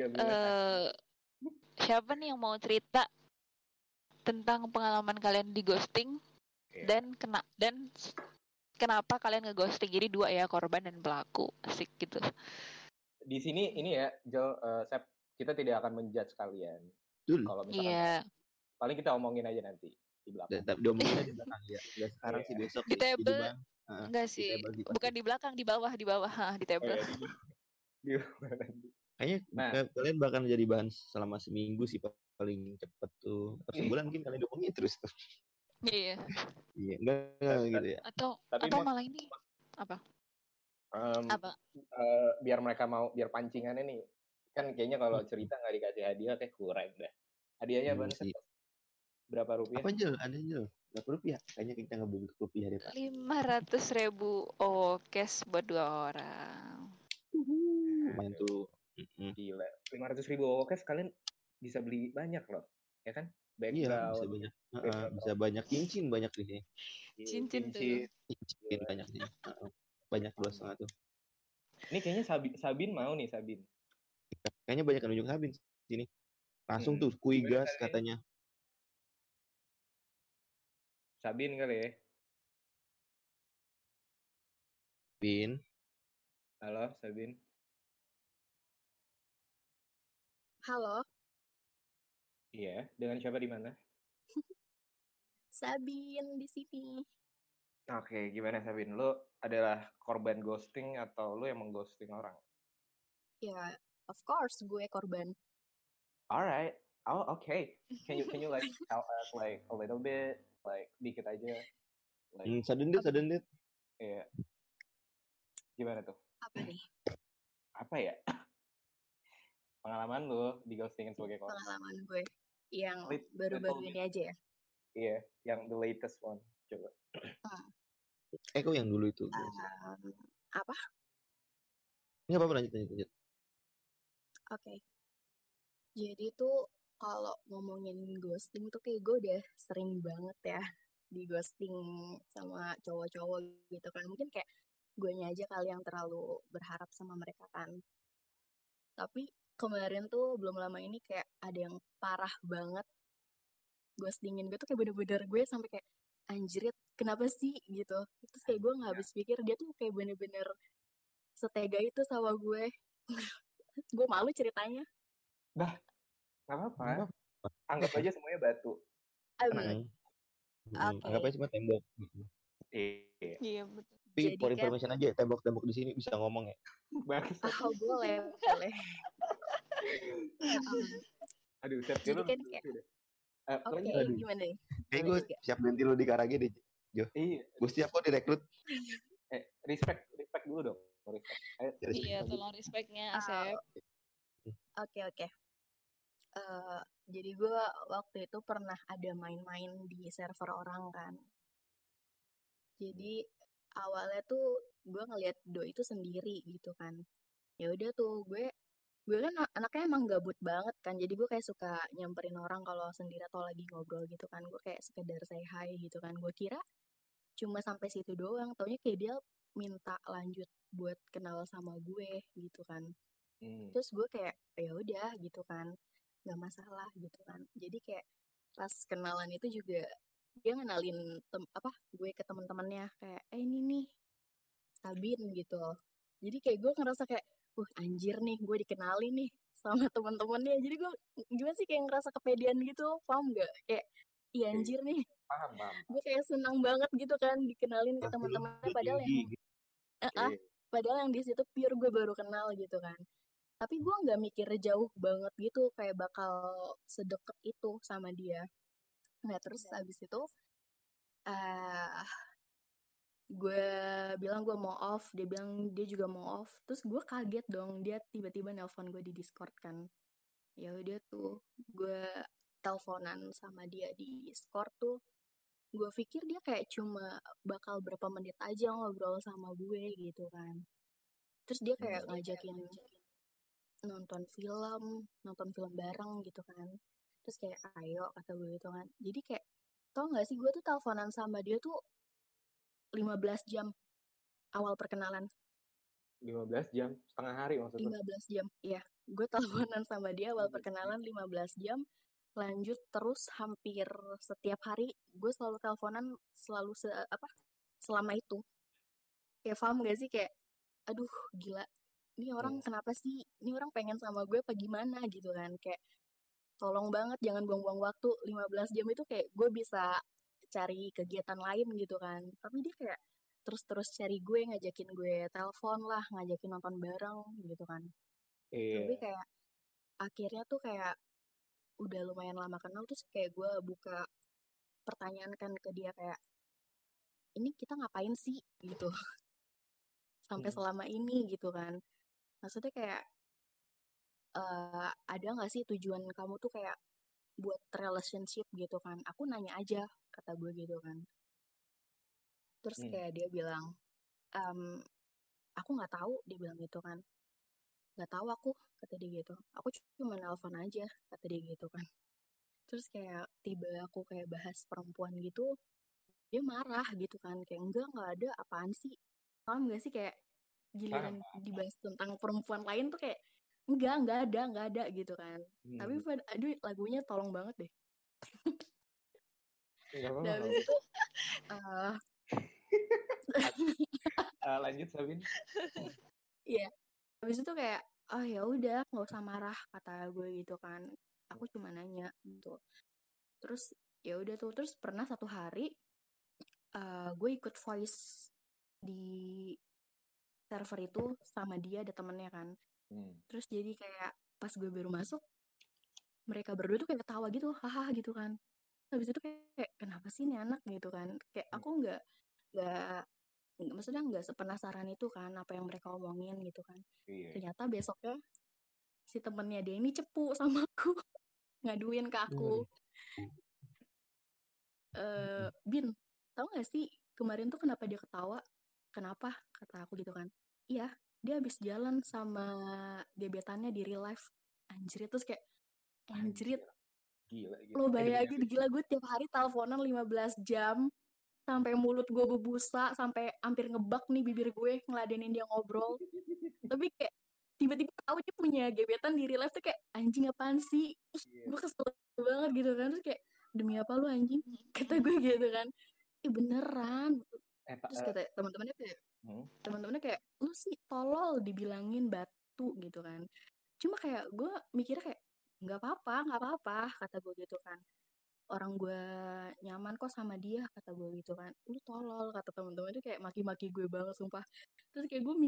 siapa nih yang mau cerita tentang pengalaman kalian di ghosting dan kenapa kalian nge-ghosting? Jadi 2 ya, korban dan pelaku, asik gitu. Di sini ini ya, Jo, kita tidak akan menjudge kalian. Kalau misalkan paling kita omongin aja nanti di belakang. Diomongin aja di belakang ya. Enggak sekarang sih, besok di table. Enggak sih. Bukan di belakang, di bawah, di table. Kayaknya kalian bakal jadi bahan selama seminggu sih paling cepet tuh. Atau sebulan mungkin kalian diomongin terus. Iya. Iya, enggak gitu ya. Atau malah ini apa? Biar mereka mau, biar pancingannya nih. Kan kayaknya kalau cerita nggak dikasih hadiah kayak kurang dah. Hadiahnya berapa rupiah? Apa Jel? Ada Jel? Berapa rupiah? Kayaknya kita nggak beli rupiah deh Pak. 500.000 cash buat 2 orang. Main tuh. Gila. 500.000 cash kalian bisa beli banyak loh. ya kan? Iya, bisa Background, banyak. background Bisa banyak cincin banyak di sini. Cincin tuh. cincin. Cincin banyak sih. Banyak 2,5 tuh. Ini kayaknya Sabin mau nih, Sabin. Kayaknya banyak yang nunjuk Sabin sini. Langsung tuh Gimana, kuigas Sabin? katanya. Sabin kali ya. Bin. Halo, Sabin. Halo, Iya, dengan siapa di mana? Sabin di sini. Oke, gimana Sabin? Lu adalah korban ghosting atau lu yang mengghosting orang? Ya, of course gue korban. Alright. Oh, okay. Can you like tell us like a little bit, like dikit aja, like Sudden date. iya. Gimana tuh? Apa nih? Apa ya? Pengalaman lu di ghostingin sebagai korban? Pengalaman gue yang Little baru-baru bit. ini aja ya. Iya, yang the latest one. Coba. Kok yang dulu itu? Apa? Nggak apa-apa, lanjut. Oke. Jadi tuh kalau ngomongin ghosting tuh kayak gue udah sering banget ya di ghosting sama cowok-cowok gitu kan. Mungkin kayak guenya aja kali yang terlalu berharap sama mereka kan. Tapi kemarin tuh belum lama ini kayak ada yang parah banget ghostingin gue tuh kayak bener-bener gue sampai kayak anjrit kenapa sih gitu. Terus kayak gue nggak habis pikir dia tuh kayak bener-bener setega itu sama gue. Gue malu ceritanya. Dah, nggak apa-apa. Anggap aja semuanya batu. Oke. Anggap aja cuma tembok. Iya, betul. Tapi Jadi for kan- information aja, tembok-tembok di sini bisa ngomong ya. boleh. Aduh, Seth, Jadi lu kan lucu kayak, deh. oke, Lanjut. gimana nih? Kayak gue siap ganti lu di Karage deh, Jo. Iya, Gue siap kok direkrut. respect dulu dong. Respect. Ayo, Iya, tolong respect-nya, Asep. Oke. Jadi gue waktu itu pernah ada main-main di server orang kan. Jadi awalnya tuh gue ngeliat Doi itu sendiri gitu kan. Ya udah tuh gue kan anaknya emang gabut banget kan. Jadi gue kayak suka nyamperin orang kalau sendiri atau lagi ngobrol gitu kan. Gue kayak sekedar say hi gitu kan. Gue kira cuma sampai situ doang. Taunya kayak dia minta lanjut buat kenal sama gue gitu kan. Terus gue kayak ya udah gitu kan, nggak masalah gitu kan. Jadi kayak pas kenalan itu juga dia ngenalin gue ke teman-temannya kayak ini nih Sabin gitu. Jadi kayak gue ngerasa kayak anjir nih gue dikenalin nih sama teman-temannya. Jadi gue gimana sih kayak ngerasa kepedean gitu, paham nggak? Kayak iya anjir nih. Paham. Gue kayak senang banget gitu kan dikenalin ke teman-temannya padahal yang di situ pure gue baru kenal gitu kan. Tapi gue nggak mikir jauh banget gitu kayak bakal sedekat itu sama dia. Nah terus abis itu gue bilang gue mau off, dia bilang dia juga mau off. Terus gue kaget dong, dia tiba-tiba nelpon gue di Discord kan. Ya udah tuh gue teleponan sama dia di Discord tuh. Gue pikir dia kayak cuma bakal berapa menit aja ngobrol sama gue gitu kan. Terus dia kayak ngajakin nonton film bareng gitu kan. Terus kayak ayo kata gue gitu kan. Jadi kayak tau gak sih gue tuh teleponan sama dia tuh 15 jam awal perkenalan. 15 jam, setengah hari maksudnya. 15 jam, iya. Gue teleponan sama dia awal perkenalan 15 jam. Lanjut terus hampir setiap hari gue selalu teleponan selama itu. Kayak paham gak sih kayak aduh gila. Ini orang kenapa sih? Ini orang pengen sama gue apa gimana gitu kan. Kayak tolong banget jangan buang-buang waktu. 15 jam itu kayak gue bisa cari kegiatan lain gitu kan. Tapi dia kayak terus cari gue, ngajakin gue telepon lah, ngajakin nonton bareng gitu kan. Tapi kayak akhirnya tuh kayak udah lumayan lama kenal terus kayak gue buka pertanyaan kan ke dia kayak ini kita ngapain sih gitu. Sampai selama ini gitu kan. Maksudnya kayak ada gak sih tujuan kamu tuh kayak buat relationship gitu kan. Aku nanya aja kata gue gitu kan. Terus kayak dia bilang aku gak tahu, dia bilang gitu kan. Gak tahu aku, kata dia gitu. Aku cuma nelpon aja, kata dia gitu kan. Terus kayak tiba aku kayak bahas perempuan gitu, dia marah gitu kan, kayak enggak ada, apaan sih, paham gak sih, kayak giliran dibahas tentang perempuan lain tuh kayak enggak ada gitu kan. Tapi aduh lagunya tolong banget deh. Dan habis itu lanjut Sabin. Iya, habis itu kayak oh ya udah nggak usah marah kata gue gitu kan, aku cuma nanya gitu. Terus ya udah tuh, terus pernah satu hari gue ikut voice di server itu sama dia, ada temennya kan. Terus jadi kayak pas gue baru masuk, mereka berdua tuh kayak ketawa gitu, haha gitu kan. Habis itu kayak kenapa sih ini anak gitu kan, kayak aku nggak maksudnya nggak sepenasaran itu kan apa yang mereka omongin gitu kan. Ternyata besoknya si temennya dia ini cepu sama aku, ngaduin ke aku. Bin, tau gak sih kemarin tuh kenapa dia ketawa? Kenapa? Kata aku gitu kan. Iya, dia habis jalan sama gebetannya di real life. Anjrit, terus kayak anjrit. Gila. Lo bayangin, gila gue tiap hari teleponan 15 jam. Sampai mulut gue berbusa, sampai hampir ngebak nih bibir gue ngeladenin dia ngobrol. Tapi kayak tiba-tiba tahu dia punya gebetan di real life tuh kayak anjing apaan sih? Gue kesel banget gitu kan. Terus kayak demi apa lu anjing? Kata gue gitu kan. Beneran. Terus kata teman-temannya kayak lu sih tolol dibilangin batu gitu kan. Cuma kayak gue mikirnya kayak nggak apa-apa kata gue gitu kan. Orang gue nyaman kok sama dia kata gue gitu kan. Lu tolol kata teman-teman itu kayak maki-maki gue banget sumpah. Terus kayak gue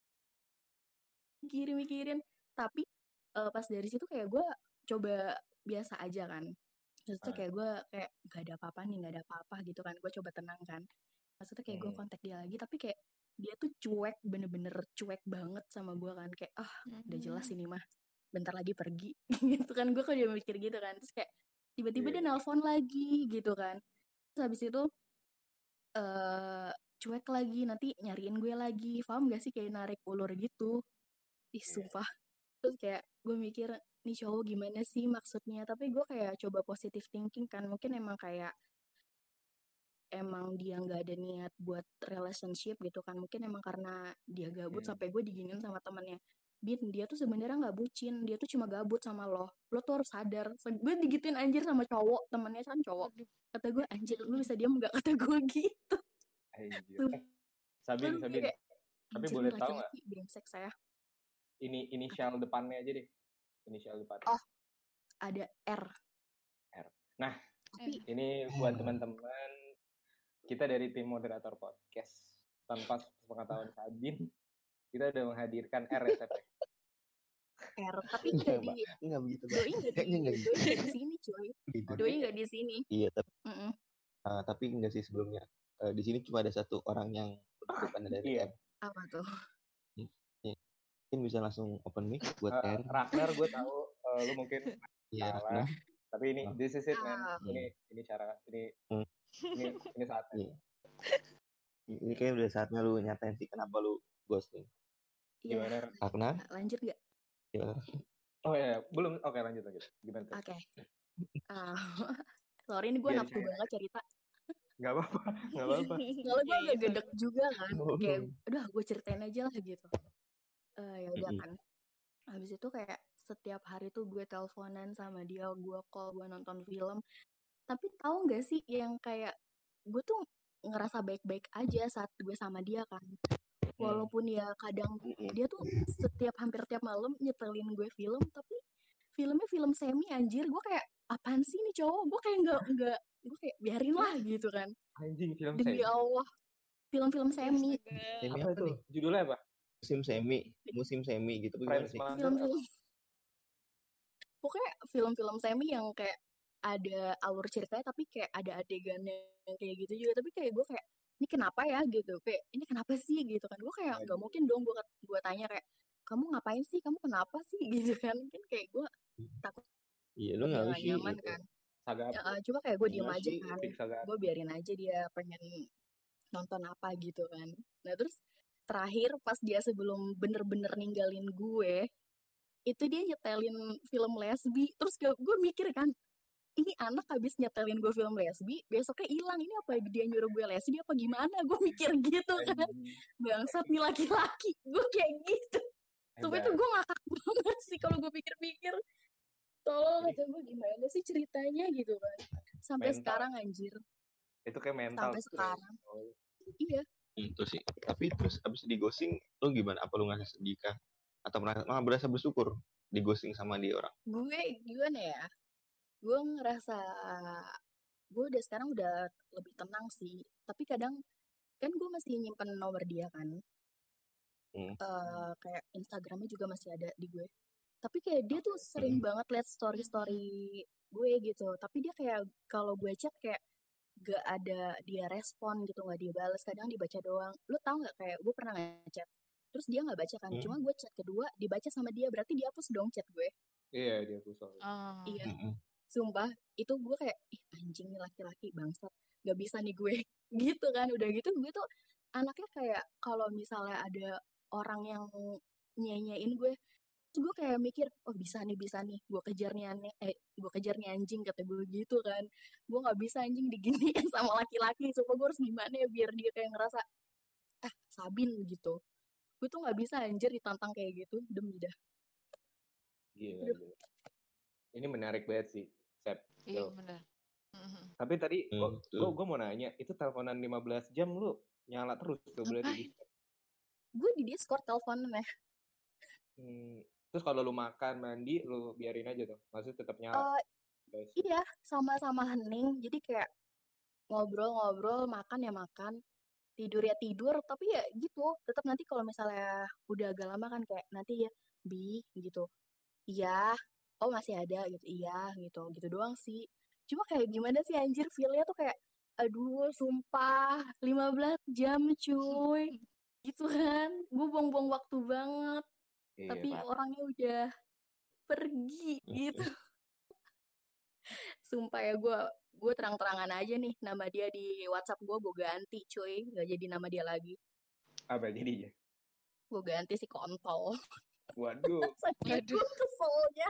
mikirin tapi pas dari situ kayak gue coba biasa aja kan. Terus kayak gue kayak gak ada apa-apa gitu kan. Gue coba tenang kan. Maksudnya kayak gue kontak dia lagi tapi kayak dia tuh cuek, bener-bener cuek banget sama gue kan. Kayak udah jelas ini mah bentar lagi pergi gitu kan. Gue kan udah mikir gitu kan. Terus kayak tiba-tiba dia nelpon lagi gitu kan. Terus habis itu cuek lagi, nanti nyariin gue lagi. Paham gak sih, kayak narik ulur gitu. Sumpah. Terus kayak gue mikir nih cowok gimana sih maksudnya. Tapi gue kayak coba positive thinking kan. Mungkin emang dia nggak ada niat buat relationship gitu kan. Mungkin emang karena dia gabut sampai gue diginin sama temannya. Bin, dia tuh sebenarnya nggak bucin, dia tuh cuma gabut sama lo tuh harus sadar. Gue digituin anjir sama cowok, temennya kan cowok. Kata gue anjir, lu bisa diam nggak, kata gue gitu. Sabin tapi boleh tahu nggak brengsek saya ini inisial depannya aja deh, inisial depannya. Oh, ada R. Nah, ini buat teman-teman kita dari tim moderator podcast tanpa pengetahuan Sabin, kita udah menghadirkan R ya, R, tapi nggak begitu. Doi nggak di sini, coy. Doi nggak di sini. Iya, tapi nggak sih sebelumnya. Di sini cuma ada satu orang yang bukan dari R. Apa tuh? Mungkin bisa langsung open mic buat R. Ragnar, gue tahu lu mungkin salah. Tapi ini this is it, man. Ini cara ini saatnya. Ini kayaknya udah saatnya lu nyatain sih kenapa lu ghosting. Gimana? Ragnar? Lanjut nggak? Oh ya, belum. Oke, lanjut. Gimana? Oke. Sorry, ini gue nafsu banget cerita. Gak apa-apa. Soalnya gue agak gedek juga kan. Kayak, udah gue ceritain aja lah gitu. Ya udah kan. Habis itu kayak setiap hari tuh gue teleponan sama dia, gue call, gue nonton film. Tapi tahu nggak sih yang kayak gue tuh ngerasa baik-baik aja saat gue sama dia kan. Walaupun ya kadang dia tuh hampir tiap malam nyetelin gue film, tapi filmnya film semi anjir. Gue kayak apaan sih nih cowok? Gue kayak nggak gue kayak biarin lah gitu kan. Anjing, film demi semi. Allah, film semi. Semi apa tuh? Judulnya apa? Musim semi gitu. Film. Pokoknya film-film semi yang kayak ada alur ceritanya tapi kayak ada adegannya kayak gitu juga. Tapi kayak gue kayak ini kenapa ya gitu, kayak ini kenapa sih gitu kan. Gue kayak nggak mungkin dong gue tanya kayak kamu ngapain sih, kamu kenapa sih gitu kan. Mungkin kayak gue takut lu nggak nyaman gitu kan. Coba kayak gue diem aja kan, gue biarin aja dia pengen nonton apa gitu kan. Nah terus terakhir pas dia sebelum bener-bener ninggalin gue, itu dia nyetelin film lesbi. Terus gue mikir kan, ini anak habis nyetelin gue film lesbi, besoknya hilang, ini apa dia nyuruh gue lesbi apa gimana? Gue mikir gitu kan, bangsat nih laki-laki, gue kayak gitu. Tapi itu gue ngakak banget sih kalau gue pikir-pikir. Tolong kata gue gimana sih ceritanya gitu kan. Sampai sekarang anjir. Itu kayak mental. Sampai sekarang. Iya. Itu sih. Tapi terus abis di ghosting, lu gimana? Apa lu ngerasa sedih kah? Atau malah berasa bersyukur di ghosting sama dia orang? Gue gimana ya? Gue ngerasa gue udah sekarang udah lebih tenang sih. Tapi kadang kan gue masih nyimpen nomor dia kan. Kayak Instagramnya juga masih ada di gue. Tapi kayak dia tuh sering banget liat story gue gitu. Tapi dia kayak kalau gue chat kayak gak ada dia respon gitu, gak dia balas. Kadang dibaca doang. Lu tau gak kayak gue pernah ngechat, terus dia gak baca kan. Cuma gue chat kedua dibaca sama dia, berarti dia hapus dong chat gue. Iya, dia hapus. Iya. Sumpah, itu gue kayak, anjing nih laki-laki bangsat. Gak bisa nih gue. Gitu kan, udah gitu gue tuh anaknya kayak kalau misalnya ada orang yang nyanyain gue, gue kayak mikir, oh bisa nih gue kejar nih anjing, kata gue gitu kan. Gue nggak bisa anjing diginiin sama laki-laki, supaya gue harus gimana ya biar dia kayak ngerasa Sabin gitu. Gue tuh nggak bisa anjir ditantang kayak gitu, demi dah. Gila. Ini menarik banget sih, Sep. Iya benar. Tapi tadi gue mau nanya, itu teleponan 15 jam lu nyala terus tuh berarti? Gue di Discord teleponan ya. Terus kalau lu makan, mandi, lu biarin aja tuh? Maksudnya tetap nyala? Iya, sama-sama hening. Jadi kayak ngobrol-ngobrol, makan ya makan, tidur ya tidur. Tapi ya gitu, tetap nanti kalau misalnya udah agak lama kan kayak nanti ya, Bi, gitu. Iya, oh masih ada gitu, iya gitu. Gitu doang sih. Cuma kayak gimana sih anjir, feel-nya tuh kayak, aduh sumpah, 15 jam cuy. Gitu kan, gue buang-buang waktu banget. Iya, tapi orangnya udah pergi gitu. Sumpah ya, gue terang-terangan aja nih nama dia di WhatsApp gue ganti cuy, nggak jadi nama dia lagi. Apa jadinya? Gue ganti si kontol. Waduh. Gue keselnya.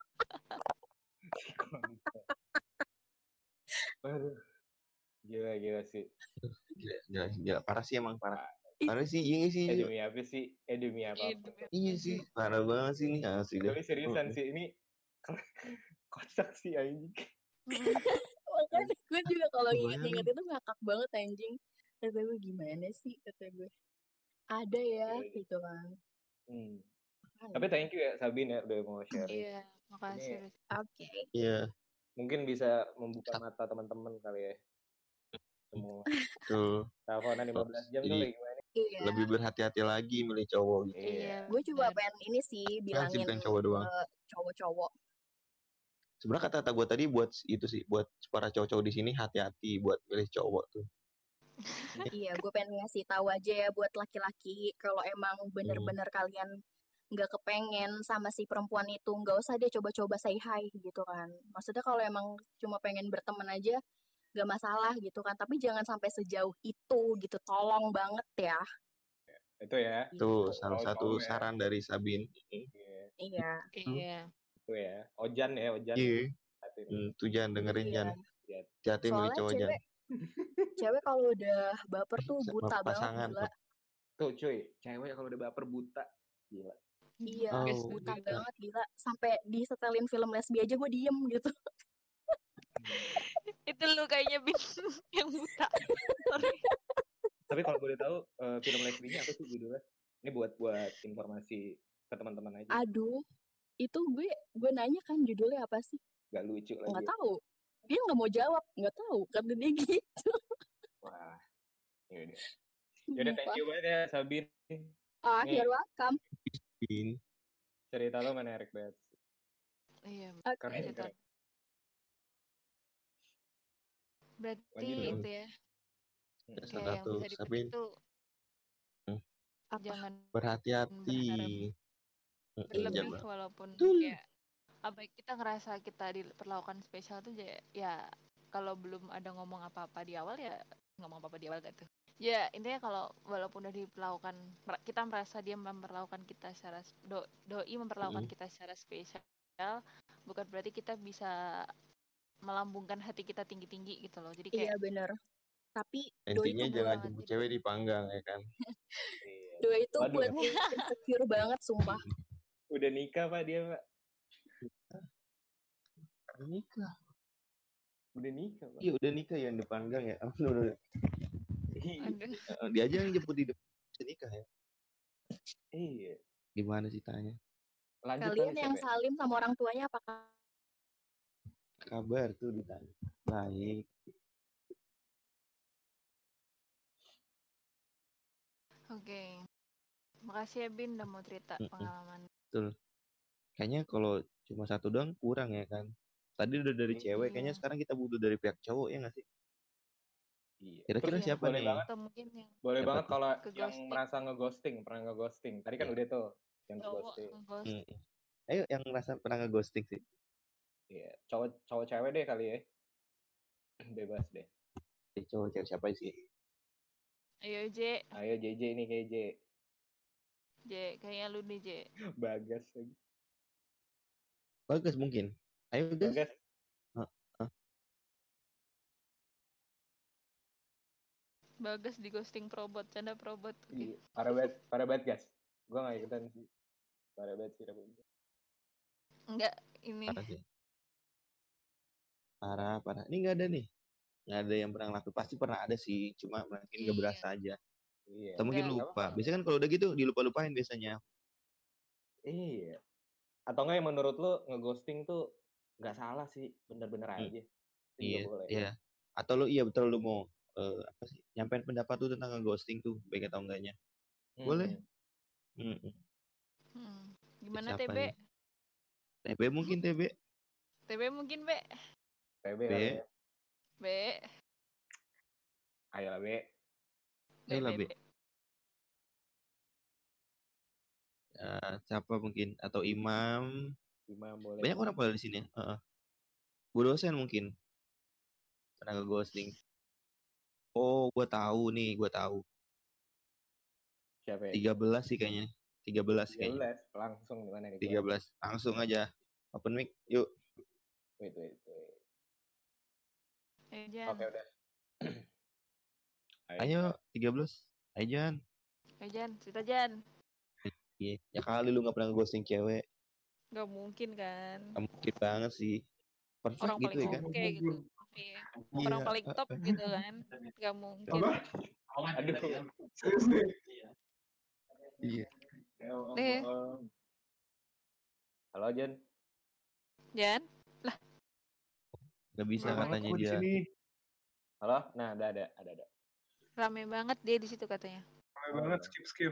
Si kontol. Aduh. Gila sih. Gila, parah sih emang, parah sih, ini sih. Demi apa sih? Demi apa? Iya sih, parah banget sih ini asli. Tapi seriusan sih, ini kocak sih anjing. Makanya gue juga kalau inget-inget itu ngakak banget anjing. Kata gue gimana sih, kata gue. Ada ya, gitu kan. Tapi thank you ya Sabin ya udah mau share. Iya, makasih. Oke. Iya. Mungkin bisa membuka mata teman-teman kali ya. Semua. Tuh. Teleponan 15 jam tuh kayak gimana? Iya. Lebih berhati-hati lagi milih cowok gitu. Iya. Gue juga pengen ini sih bilangin cowok-cowok. Sebenarnya kata-kata gue tadi buat itu sih, buat para cowok-cowok di sini hati-hati buat milih cowok tuh. Iya, gue pengen ngasih tahu aja ya buat laki-laki, kalau emang bener-bener kalian nggak kepengen sama si perempuan itu, nggak usah deh coba-coba say hi gitu kan. Maksudnya kalau emang cuma pengen berteman aja, nggak masalah gitu kan. Tapi jangan sampai sejauh itu gitu, tolong banget ya. Itu ya. Tuh salah satu saran dari Sabin. Iya. Itu ya. Ojan. Iya. Tuh jangan dengerin Jan. Hati-hati milih cowok Jan. Cewek kalau udah baper tuh buta banget gila. Tuh cuy, cewek kalau udah baper buta. Gila. Iya, buta banget gila. Sampai disetelin film lesbi aja gue diem gitu. Itu lu kayaknya yang buta. Sorry. Tapi kalau boleh tahu film lesbinya apa sih judulnya? Ini buat informasi ke teman-teman aja. Aduh, itu gue nanya kan judulnya apa sih? Gak lucu lagi. Nggak tahu. Dia nggak mau jawab, nggak tahu. Kata dia gitu. Wah, yaudah thank you banget ya Sabin. You're welcome. Cerita lo menarik banget. Iya. Keren. Berarti itu ya. Kayak yang bisa dipetik tuh jangan berhati-hati. Berlebih walaupun ya apa kita ngerasa kita diperlakukan spesial tuh ya kalau belum ada ngomong apa-apa di awal ya ngomong apa-apa di awal gak tuh. Ya intinya kalau walaupun udah diperlakukan, kita merasa dia memperlakukan kita secara doi memperlakukan kita secara spesial, bukan berarti kita bisa melambungkan hati kita tinggi-tinggi gitu loh. Jadi Iya kayak bener. Tapi Doi Intinya itu jangan banget. jemput Jadi cewek di panggang ya kan. Doi itu Waduh. buat insecure banget sumpah. Udah nikah Pak dia Pak. Udah nikah. Udah nikah Pak. Iya udah nikah ya di panggang ya. Udah. aduh. Dia aja yang jemput di depan bisa nikah ya. Iya. Gimana sih tanya? Lanjut Kalian kali yang Sep, ya. salim sama orang tuanya apakah Kabar tuh ditanya. Baik. Oke. Makasih ya Bin udah mau cerita pengalaman. Betul. Kayaknya kalau cuma satu doang kurang ya kan. Tadi udah dari cewek, kayaknya Iya. sekarang kita butuh dari pihak cowok ya nggak sih? Iya. Kira-kira Terus siapa boleh nih? banget. Atau mungkin yang Boleh Siapa banget tuh? kalau yang Ke-ghosting. merasa ngeghosting, pernah ngeghosting. Tadi kan Iya. udah tuh yang cowok ngeghosting. nge-ghost. Ayo yang merasa pernah nge-ghosting sih. Iya. Cowok cewek deh kali ya. Bebas deh. Cowok cewek siapa sih? Ayo J. Ayo JJ nih kayak J. J, kayaknya lu nih J. Bagas lagi. Bagus mungkin. Ayo guys. Bagas. Bagas di ghosting probot, canda probot. Oke. Iya. Parah banget guys. Gue gak ikutan sih. Parah banget sih. Enggak, ini. Parah sih. Parah. Ini nggak ada nih. Nggak ada yang pernah ngelakuin. Pasti pernah ada sih. Cuma mungkin nggak Iya. berasa aja. Iya. Atau mungkin Nggak. lupa. Biasanya kan kalau udah gitu dilupa-lupain biasanya. Iya. Atau enggak yang menurut lu ngeghosting tuh nggak salah sih. Bener-bener aja. Itu juga Iya. boleh. Iya. Atau lu iya betul lu mau apa sih? Nyampein pendapat lu tentang nge-ghosting tuh. Baik atau enggaknya. Boleh. Gimana Siapa TB? ya? TB mungkin TB. TB mungkin B. TB B. kali ya. B. Ayolah B. Ayolah B. B. Siapa mungkin? Atau Imam. Imam boleh. Banyak orang pada di sini. Bu dosen mungkin. Pernah nge-ghosting. Oh, gue tahu. Siapa ya? 13 sih kayaknya. 13 kayaknya. Langsung di mana nih? 13. Langsung aja. Open mic. Yuk. Wait. Jan. Oke, udah. Ayo 13. Ayo Jan. Jan, cerita Jan. Iya. Ya kali lu gak pernah nge-ghosting cewek. Gak mungkin kan. Gak mungkin banget sih. Perfect Orang gitu paling ya kan. oke gitu. Iya. Orang paling top gitu kan. Gak mungkin. Aduh. Serius nih. Iya. Nih. Halo Jan. Jan? Lah. Gak bisa katanya Aku di dia. sini. Halo? Nah, ada. Rame banget dia di situ katanya. Rame banget, skip.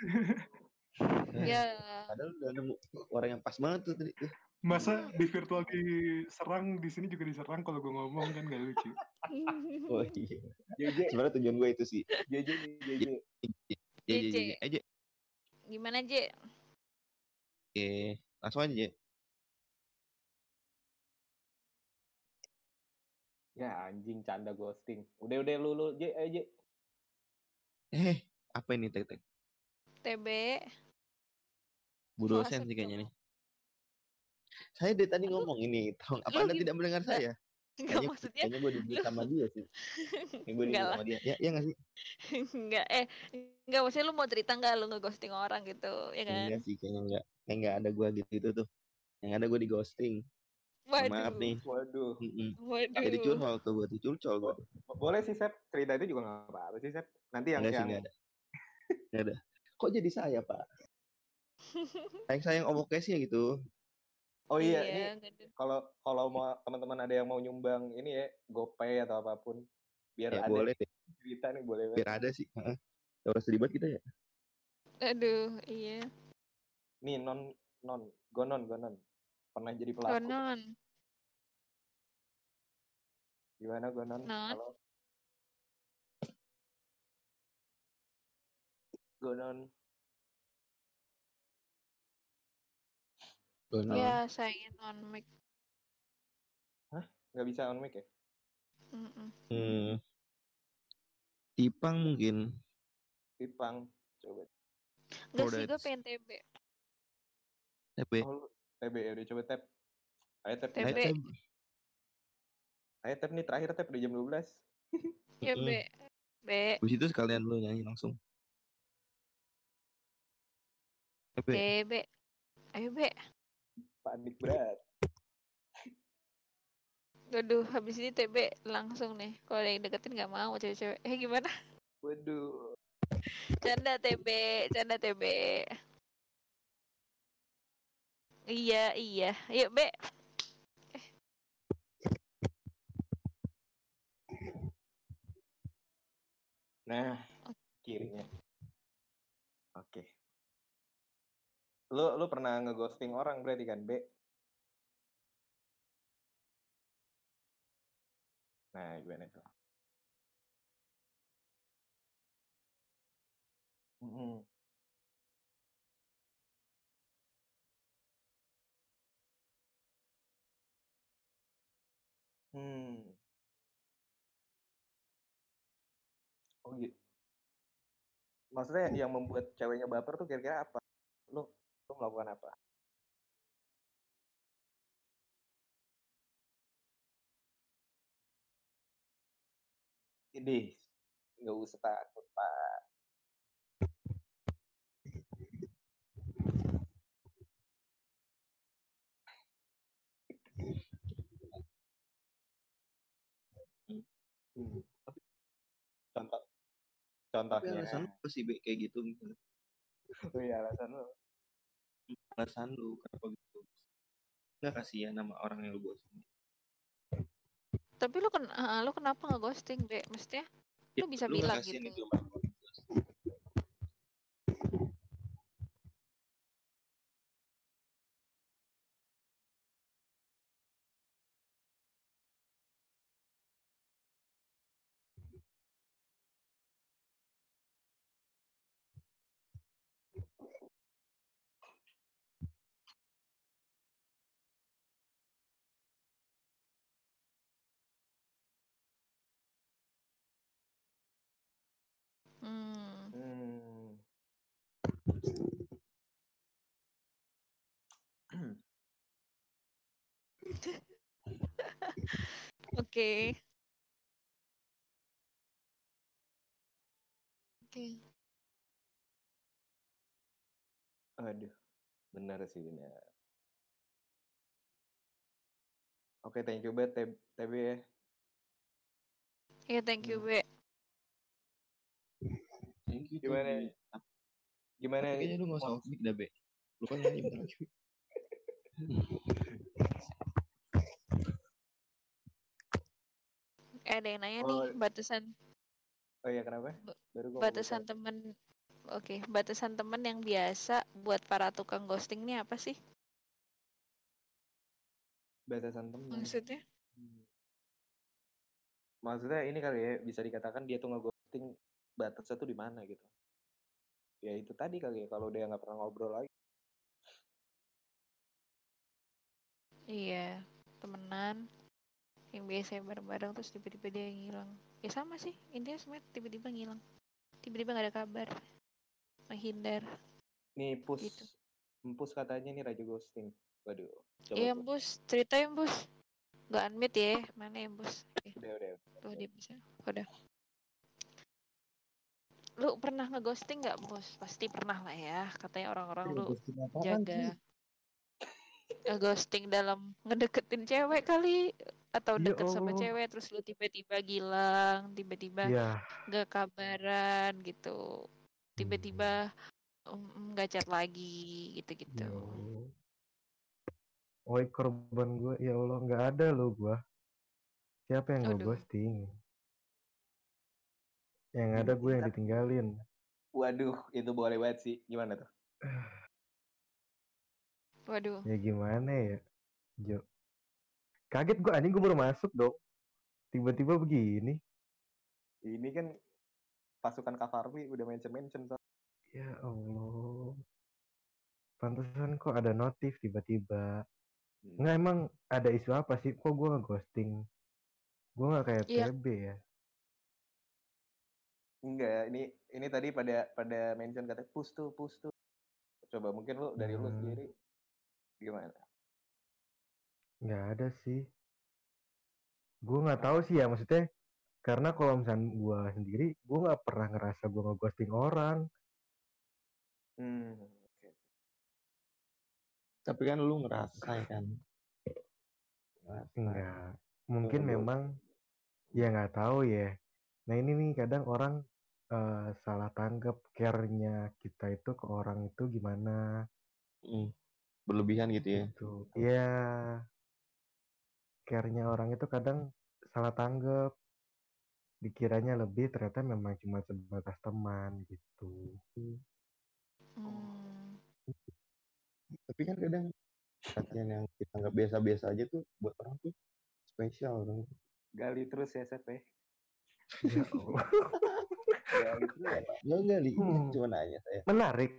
Ya. Padahal udah nemu orang yang pas banget tuh tadi. Masa di virtual diserang, di sini juga diserang kalau gue ngomong kan gak lucu. Oh iya. JJ. Sebenarnya tujuan gue itu sih. JJ. Aja. Gimana J? Oke. Langsung aja J. Ya anjing canda ghosting. Udah lu J, ayo J. Apa ini tek? TB. Bu dosen sih kayaknya nih. Saya dari tadi ngomong ini, tolong apa Anda tidak mendengar saya? Enggak maksudnya. Kayaknya gue dibeli sama dia sih. Gue dibeli sama dia. Ya nggak sih? Enggak maksudnya lu mau cerita nggak lu ngeghosting orang gitu, ya kan? Enggak sih, kayaknya enggak. Kayak nggak ada gue gitu tuh. Yang ada gue di ghosting. Waduh. Maaf nih. Waduh. Jadi curhol tuh gue, curcol gue. Boleh sih Sep, cerita itu juga nggak apa-apa sih Sep. Nanti yang Nggak ada. Kok jadi saya Pak? Sayang omokes ya gitu. Oh iya, ini kalau mau teman-teman ada yang mau nyumbang ini ya, GoPay atau apapun, biar ya, ada boleh deh. cerita nih boleh. Biar ada sih. Harus terlibat kita ya. Aduh, iya. Nih Gonon. Pernah jadi pelaku. Gonon. Gimana Gonon? Non. Halo. Gonon. Ya, saya ingin on mic. Hah? Nggak bisa on mic ya? Tipang mungkin. Tipang. Coba. Nggak sih, gue pengen TB. TB. Oh, TB ya udah coba tap. Ayo tap. TB. Ayo Tep nih terakhir Tep udah jam 12. Ya, Be. Be. Habis itu sekalian lu nyanyi langsung. Be. Ayo, Be. Panik berat. Waduh, habis ini TB langsung nih. Kalau ada yang deketin nggak mau cewek-cewek. Gimana? Waduh. Canda TB, canda TB. Iya. Yuk, Be. Nah, kirinya. Oke. Lu pernah ngeghosting orang berarti kan, Be? Nah, gimana tuh? Hmm. Oh gitu. Maksudnya yang membuat ceweknya baper tuh kira-kira apa? Lu melakukan apa? Ini nggak usah takut, Pak. Contoh, Tapi contohnya. alasan lu apa sih Be, kayak gitu misalnya? Oh iya, alasan lu. Alasan lu kenapa gitu? Nggak kasihan sama orang yang lu ghosting. Tapi lu kenapa nge-ghosting, Be? Maksudnya Ya, lu bisa lu nggak bilang kasihan gitu. itu sama orang. Oke. Aduh, benar sih benar. Oke, thank you banget TB ya. Iya, thank you, Be. Thank you, Gimana? Be. Gimana? Tapi kayaknya lu nggak usah off mic dah, Be. Lu kan nyanyi bentar lagi. Ada yang nanya nih, batasan. Oh iya, kenapa? Baru gua Batasan temen. Oke, batasan temen yang biasa buat para tukang ghosting nih apa sih? Batasan temen. Maksudnya? Maksudnya ini kali ya, bisa dikatakan dia tuh nge-ghosting batasnya tuh di mana gitu. Ya itu tadi kali ya, kalau dia nggak pernah ngobrol lagi. Iya, temenan yang biasa bareng-bareng terus tiba-tiba dia ngilang. Ya sama sih, intinya semuanya tiba-tiba ngilang. Tiba-tiba gak ada kabar. Menghindar. Nih Gitu. Empus katanya nih Raja Ghosting. Waduh, coba Iya, Bus. Ceritain, Bus. Gak unmute ya. Mana ya, Bus? Udah. Tuh, dia bisa. Udah. Lu pernah ngeghosting gak, Bos? Pasti pernah lah ya. Katanya orang-orang lu jaga ngeghosting dalam ngedeketin cewek kali. Atau Ya deket sama Allah. cewek terus lu tiba-tiba gilang. Tiba-tiba Ya. gak kabaran gitu. Tiba-tiba gak chat lagi gitu-gitu. Ya Allah. Oi korban gue, ya Allah nggak ada lo gue. Siapa yang gue ghosting? Yang ada gue yang ditinggalin. Waduh, itu boleh banget sih. Gimana tuh? Waduh. Ya gimana ya, Jo? Kaget gue, anjing gue baru masuk dong. Tiba-tiba begini. Ini kan pasukan Kafarmi udah mention-mention. Ya Allah. Pantesan kok ada notif tiba-tiba. Nggak, emang ada isu apa sih? Kok gue nge-ghosting? Gue nggak kayak TB ya. Enggak, ini tadi pada mention katanya push tuh. Coba mungkin lu dari lu sendiri gimana? Nggak ada sih. gue nggak tahu sih ya, maksudnya karena kalau misalnya gue sendiri, gue nggak pernah ngerasa gue ngeghosting orang. Oke. Tapi kan lu ngerasa ya kan. Enggak, mungkin Ngeghosting. memang ya nggak tahu ya. Nah ini nih kadang orang salah tanggap care-nya kita itu ke orang itu gimana Berlebihan gitu ya. gitu. Ya, care-nya orang itu kadang salah tanggap. Dikiranya lebih, ternyata memang cuma sebatas teman gitu. Tapi kan kadang perhatian yang kita anggap biasa-biasa aja tuh buat orang tuh spesial dong. Gali terus ya, Sep. Ya Allah. Gali terus ya. Enggak, ini cuma nanya saya. Menarik.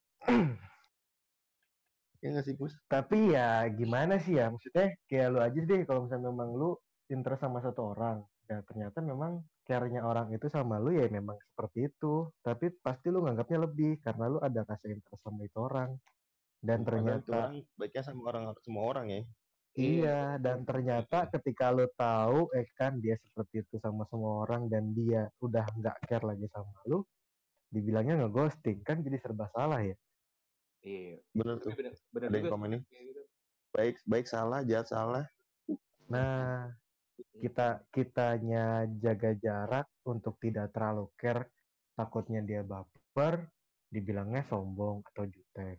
Ya nggak sih, Pus? Tapi ya gimana sih ya, maksudnya kayak lu aja deh, kalau misalnya memang lu interest sama satu orang, ya ternyata memang care-nya orang itu sama lu ya memang seperti itu, tapi pasti lu nganggapnya lebih karena lu ada kasih interest sama itu orang. Dan ternyata orang baiknya sama orang semua orang ya. iya, dan ternyata ketika lu tahu kan dia seperti itu sama semua orang dan dia udah nggak care lagi sama lu, dibilangnya ngeghosting, kan jadi serba salah ya. Iya. Bener tuh. Bener ada yang komennya. Gitu. Baik salah, jahat salah. Nah, kitanya jaga jarak untuk tidak terlalu care, takutnya dia baper, dibilangnya sombong atau jutek.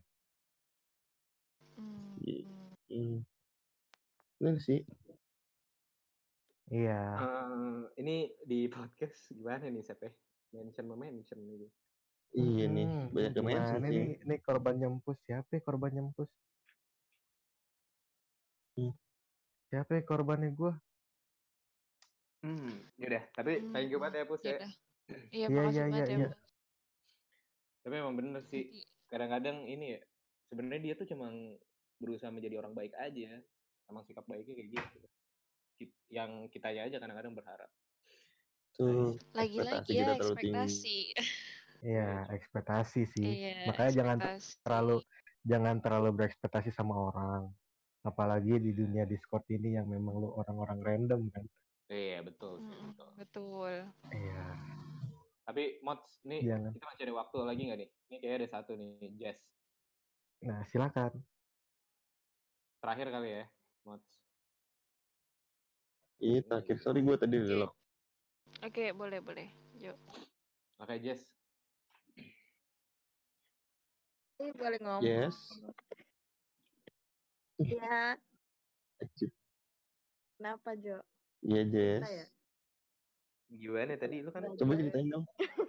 Bener sih. Iya. Ini di podcast gimana nih, Sep? Mention gitu. Iya nih, banyak yang mention sih. Ini korban nyempus. Siapa korban nyempus? Siapa korbannya gue? Yaudah, tapi thank you banget ya, Pus ya. Iya, makasih banget ya, Pus. Tapi memang bener sih, kadang-kadang ini ya, sebenarnya dia tuh cuma berusaha menjadi orang baik aja. Emang sikap baiknya kayak gitu. Yang kitanya aja kadang-kadang berharap. Tuh, lagi-lagi ya ekspektasi. Iya, ekspektasi sih. Makanya jangan terlalu berekspektasi sama orang. Apalagi di dunia Discord ini yang memang lu orang-orang random kan. Iya, betul. Betul. Iya. Tapi Mods, nih kita masih ada waktu lagi nggak nih? Ini kayaknya ada satu nih, Jess. Nah, silakan. Terakhir kali ya, Mods. Iya, terakhir. Sorry, gue tadi udah lock. Oke, boleh. Yuk. Oke, Jess. Boleh ngomong. Yes. Iya. Kenapa, Jo? Iya, Jess. Ya? Gimana tadi lu kan? Coba ceritain dong.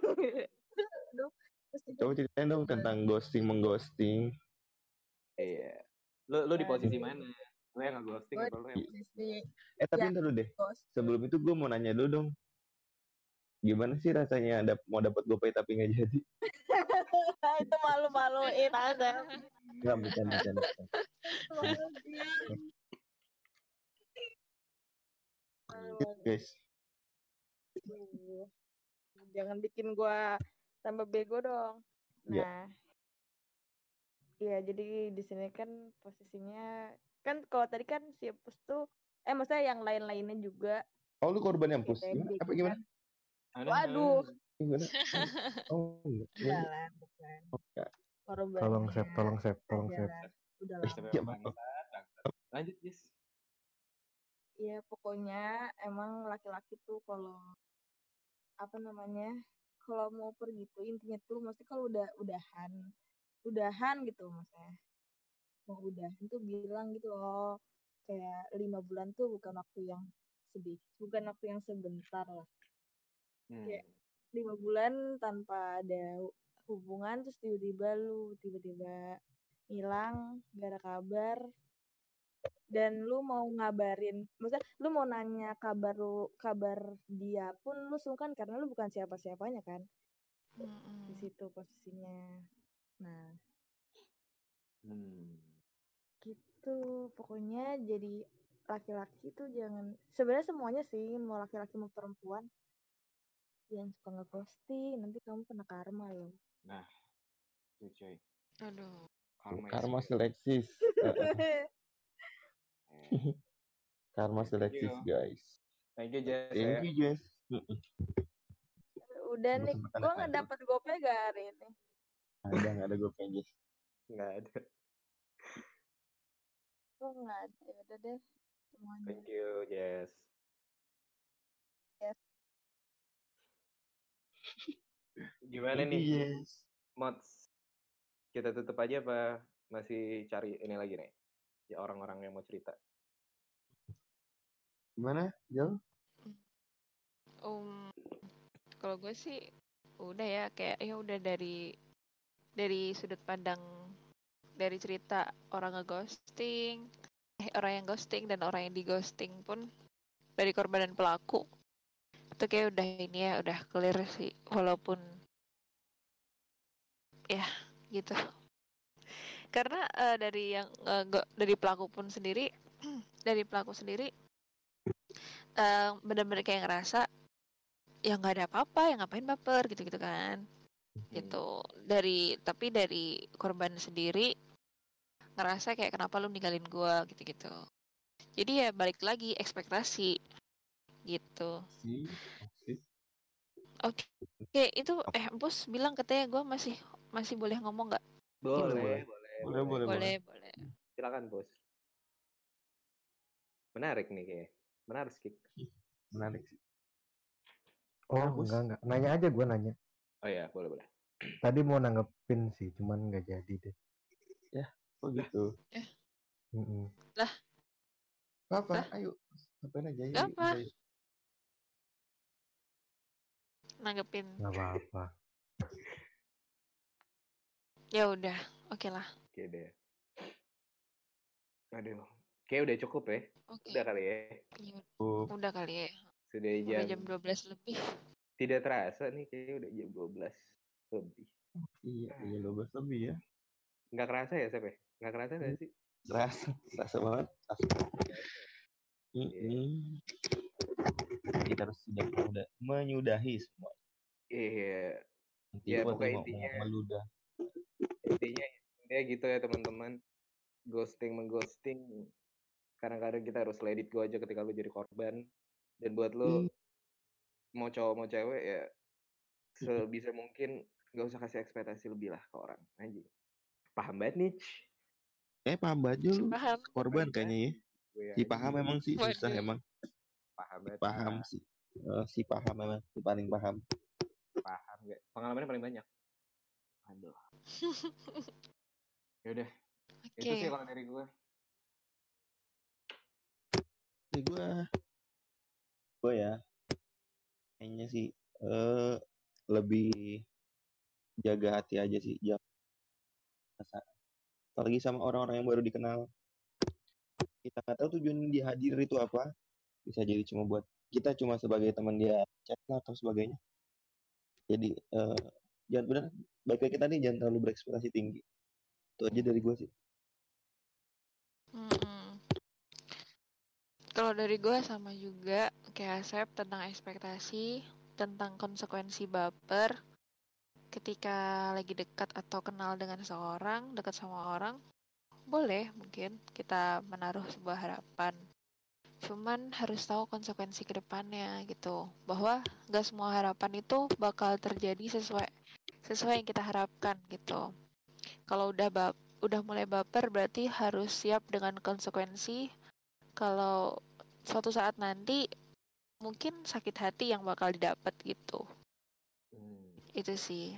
Coba ceritain dong tentang mengghosting. Iya. Lu di posisi mana? Lu yang nge-ghosting atau lu yang posisi... Tapi ntar dulu deh. Sebelum itu gue mau nanya dulu dong. Gimana sih rasanya mau dapat GoPay tapi nggak jadi? Itu malu-maluin ada. Nggak, bukan. Guys. Jangan bikin gue tambah bego dong. Nah, iya jadi di sini kan posisinya kan kalau tadi kan si Pus tuh, maksudnya yang lain-lainnya juga. Oh, lu korban yang Pus? Apa gimana? Waduh. Gimana? Oh, enggak. Bukan. Korban. Tolong Sep. Udah lah. Lanjut, Jess. Iya, pokoknya emang laki-laki tuh kalau kalau mau pergi tuh intinya tuh mesti kalau udahan gitu maksudnya. Mau udahan tuh bilang gitu loh. Kayak 5 bulan tuh bukan waktu yang sebentar lah. Kayak 5 bulan tanpa ada hubungan terus tiba-tiba hilang, gak ada kabar. Dan lu mau ngabarin, maksudnya lu mau nanya kabar dia pun lu sungkan karena lu bukan siapa-siapanya kan. Di situ posisinya. Nah. Gitu. Pokoknya jadi laki-laki tuh jangan, sebenarnya semuanya sih, mau laki-laki mau perempuan, jangan suka nge-ghosting, nanti kamu kena karma loh. Nah, tuh coy. Aduh. Karma seleksis. Karma seleksis, guys. Thank you Jess Thank you, Jess. Udah nih, gue nggak dapet gopay gak hari ini? Nggak ada gopay, Jess. Nggak ada. Gue nggak ada, ya udah deh semuanya. Thank you Jess. Yes. Gimana Thank you, nih Jess. mods? Kita tutup aja apa masih cari ini lagi nih? Ya orang-orang yang mau cerita. Gimana, Jel? Kalau gue sih udah ya, kayak ya udah dari sudut pandang dari cerita orang ngeghosting, orang yang ghosting dan orang yang dighosting pun dari korban dan pelaku itu kayak udah ini ya, udah clear sih, walaupun ya gitu. Karena dari yang dari pelaku sendiri benar-benar kayak ngerasa ya nggak ada apa-apa, ya ngapain baper gitu kan. Gitu. Tapi dari korban sendiri ngerasa kayak kenapa lu ninggalin gua gitu. Jadi ya balik lagi ekspektasi gitu. Oke, itu Bos bilang katanya gue masih boleh ngomong nggak? Boleh. Silakan Bos. Menarik nih kayak. Menarik sih. Menarik sih. Oh, enggak. Nanya aja, gue nanya. Oh ya, boleh. Tadi mau nanggepin sih, cuman nggak jadi deh. Ya, kok gitu? Lah. Apa? Ayo, ngapain aja yuk. Apa? Nanggepin. Nggak apa-apa. Ya udah, oke lah. Oke deh. Aduh, kayak udah cukup ya. Okay. Udah kali ya. Udah kali ya. Sudah jam 12 lebih. Tidak terasa nih, kayaknya udah jam 12 lebih. Iya, 12 lebih ya. Nggak kerasa ya, Sep? Nggak kerasa nggak sih? Kerasa banget. Kita harus sudah menyudahi semua. Iya. Ya pokoknya intinya gitu ya teman-teman. Mengghosting. Kadang-kadang kita harus let it go aja ketika lu jadi korban. Dan buat lu mau cowok mau cewek ya sebisa mungkin nggak usah kasih ekspektasi lebih lah ke orang. Anjing. Paham banget nih. Paham banget lu. Korban kayaknya ya. Si paham memang sih susah emang. Paham sih. Si paham memang si paling paham. Paham gak? Pengalamannya paling banyak. Aduh. Ya udah. Itu sih kalau dari gue. Gue ya. Kayaknya sih lebih jaga hati aja sih. Apalagi sama orang-orang yang baru dikenal. Kita nggak tahu tujuan dia hadir itu apa. Bisa jadi cuma buat kita cuma sebagai teman dia chat lah atau sebagainya. Jadi jangan benar baik kayak kita nih jangan terlalu berekspektasi tinggi. Itu aja dari gue sih. Kalau dari gue sama juga kayak Asep tentang ekspektasi, tentang konsekuensi baper ketika lagi dekat atau kenal dengan seorang, dekat sama orang, boleh mungkin kita menaruh sebuah harapan. Cuman harus tahu konsekuensi ke depannya gitu. Bahwa gak semua harapan itu bakal terjadi sesuai yang kita harapkan gitu. Kalau udah mulai baper berarti harus siap dengan konsekuensi. Kalau suatu saat nanti mungkin sakit hati yang bakal didapat gitu. Itu sih.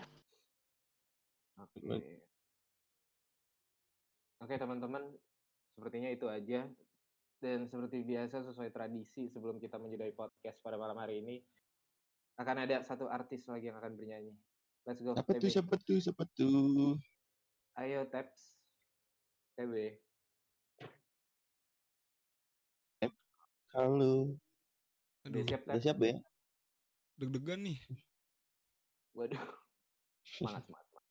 Oke teman-teman, sepertinya itu aja. Dan seperti biasa sesuai tradisi sebelum kita menjadi podcast pada malam hari ini akan ada satu artis lagi yang akan bernyanyi. Let's go. Siapa tuh? Ayo Taps. TB. Halo. Aduh. Udah siap ya? Deg-degan nih. Waduh. Semangat.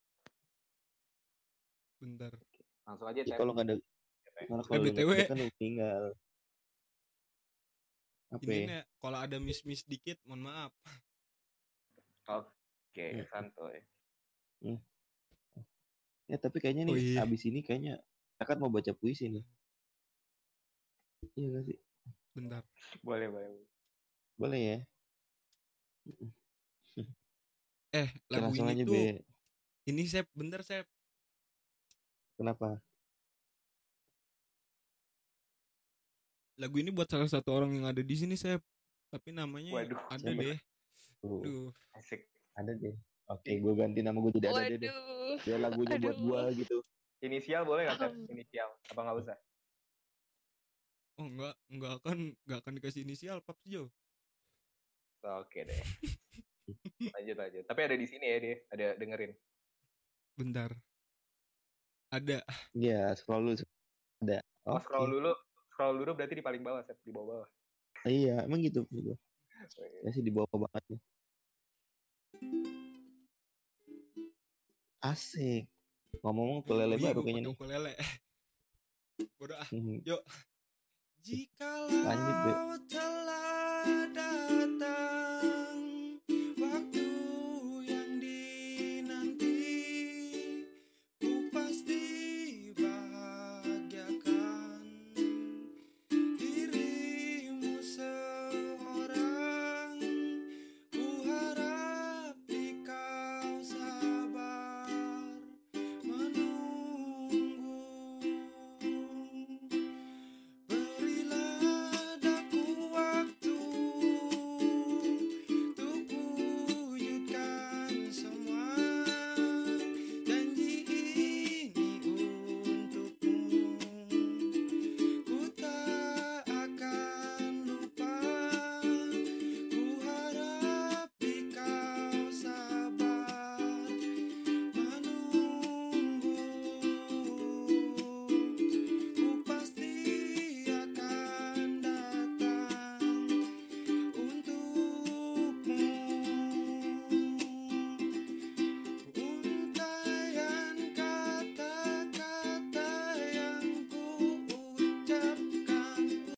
Bentar. Langsung aja Taps. Kalau nggak ada BTW kan tinggal. Ini kalau ada miss dikit, mohon maaf. Oke, santuy. Ya tapi kayaknya nih abis ini kayaknya akan mau baca puisi nih. Iya gak sih? Bentar. Boleh. Boleh ya. Lagu Langsung ini aja, tuh Be. ini Sep, bentar Sep. Kenapa? Lagu ini buat salah satu orang yang ada di sini Sep. Tapi namanya Waduh, ada siapa? deh. Tuh, Aduh. asik. ada deh. Oke, gue ganti nama gue jadi ada deh. Waduh. Biar lagunya buat gue gitu. Inisial boleh nggak, Sep? Inisial apa nggak usah? Oh nggak akan dikasih inisial Paps Jo. Oke deh. lanjut. Tapi ada di sini ya dia, ada dengerin. Bentar. Ada. Iya, scroll dulu. Ada. Oh, scroll dulu berarti di paling bawah, Sep, di bawah. Iya, emang gitu. Ya sih di bawah banget nih. Asik. Ngomong ukulele baru kayaknya nih. Ukulele. Bodoh ah. Yuk. Lanjut, Be. Jikalau telah datang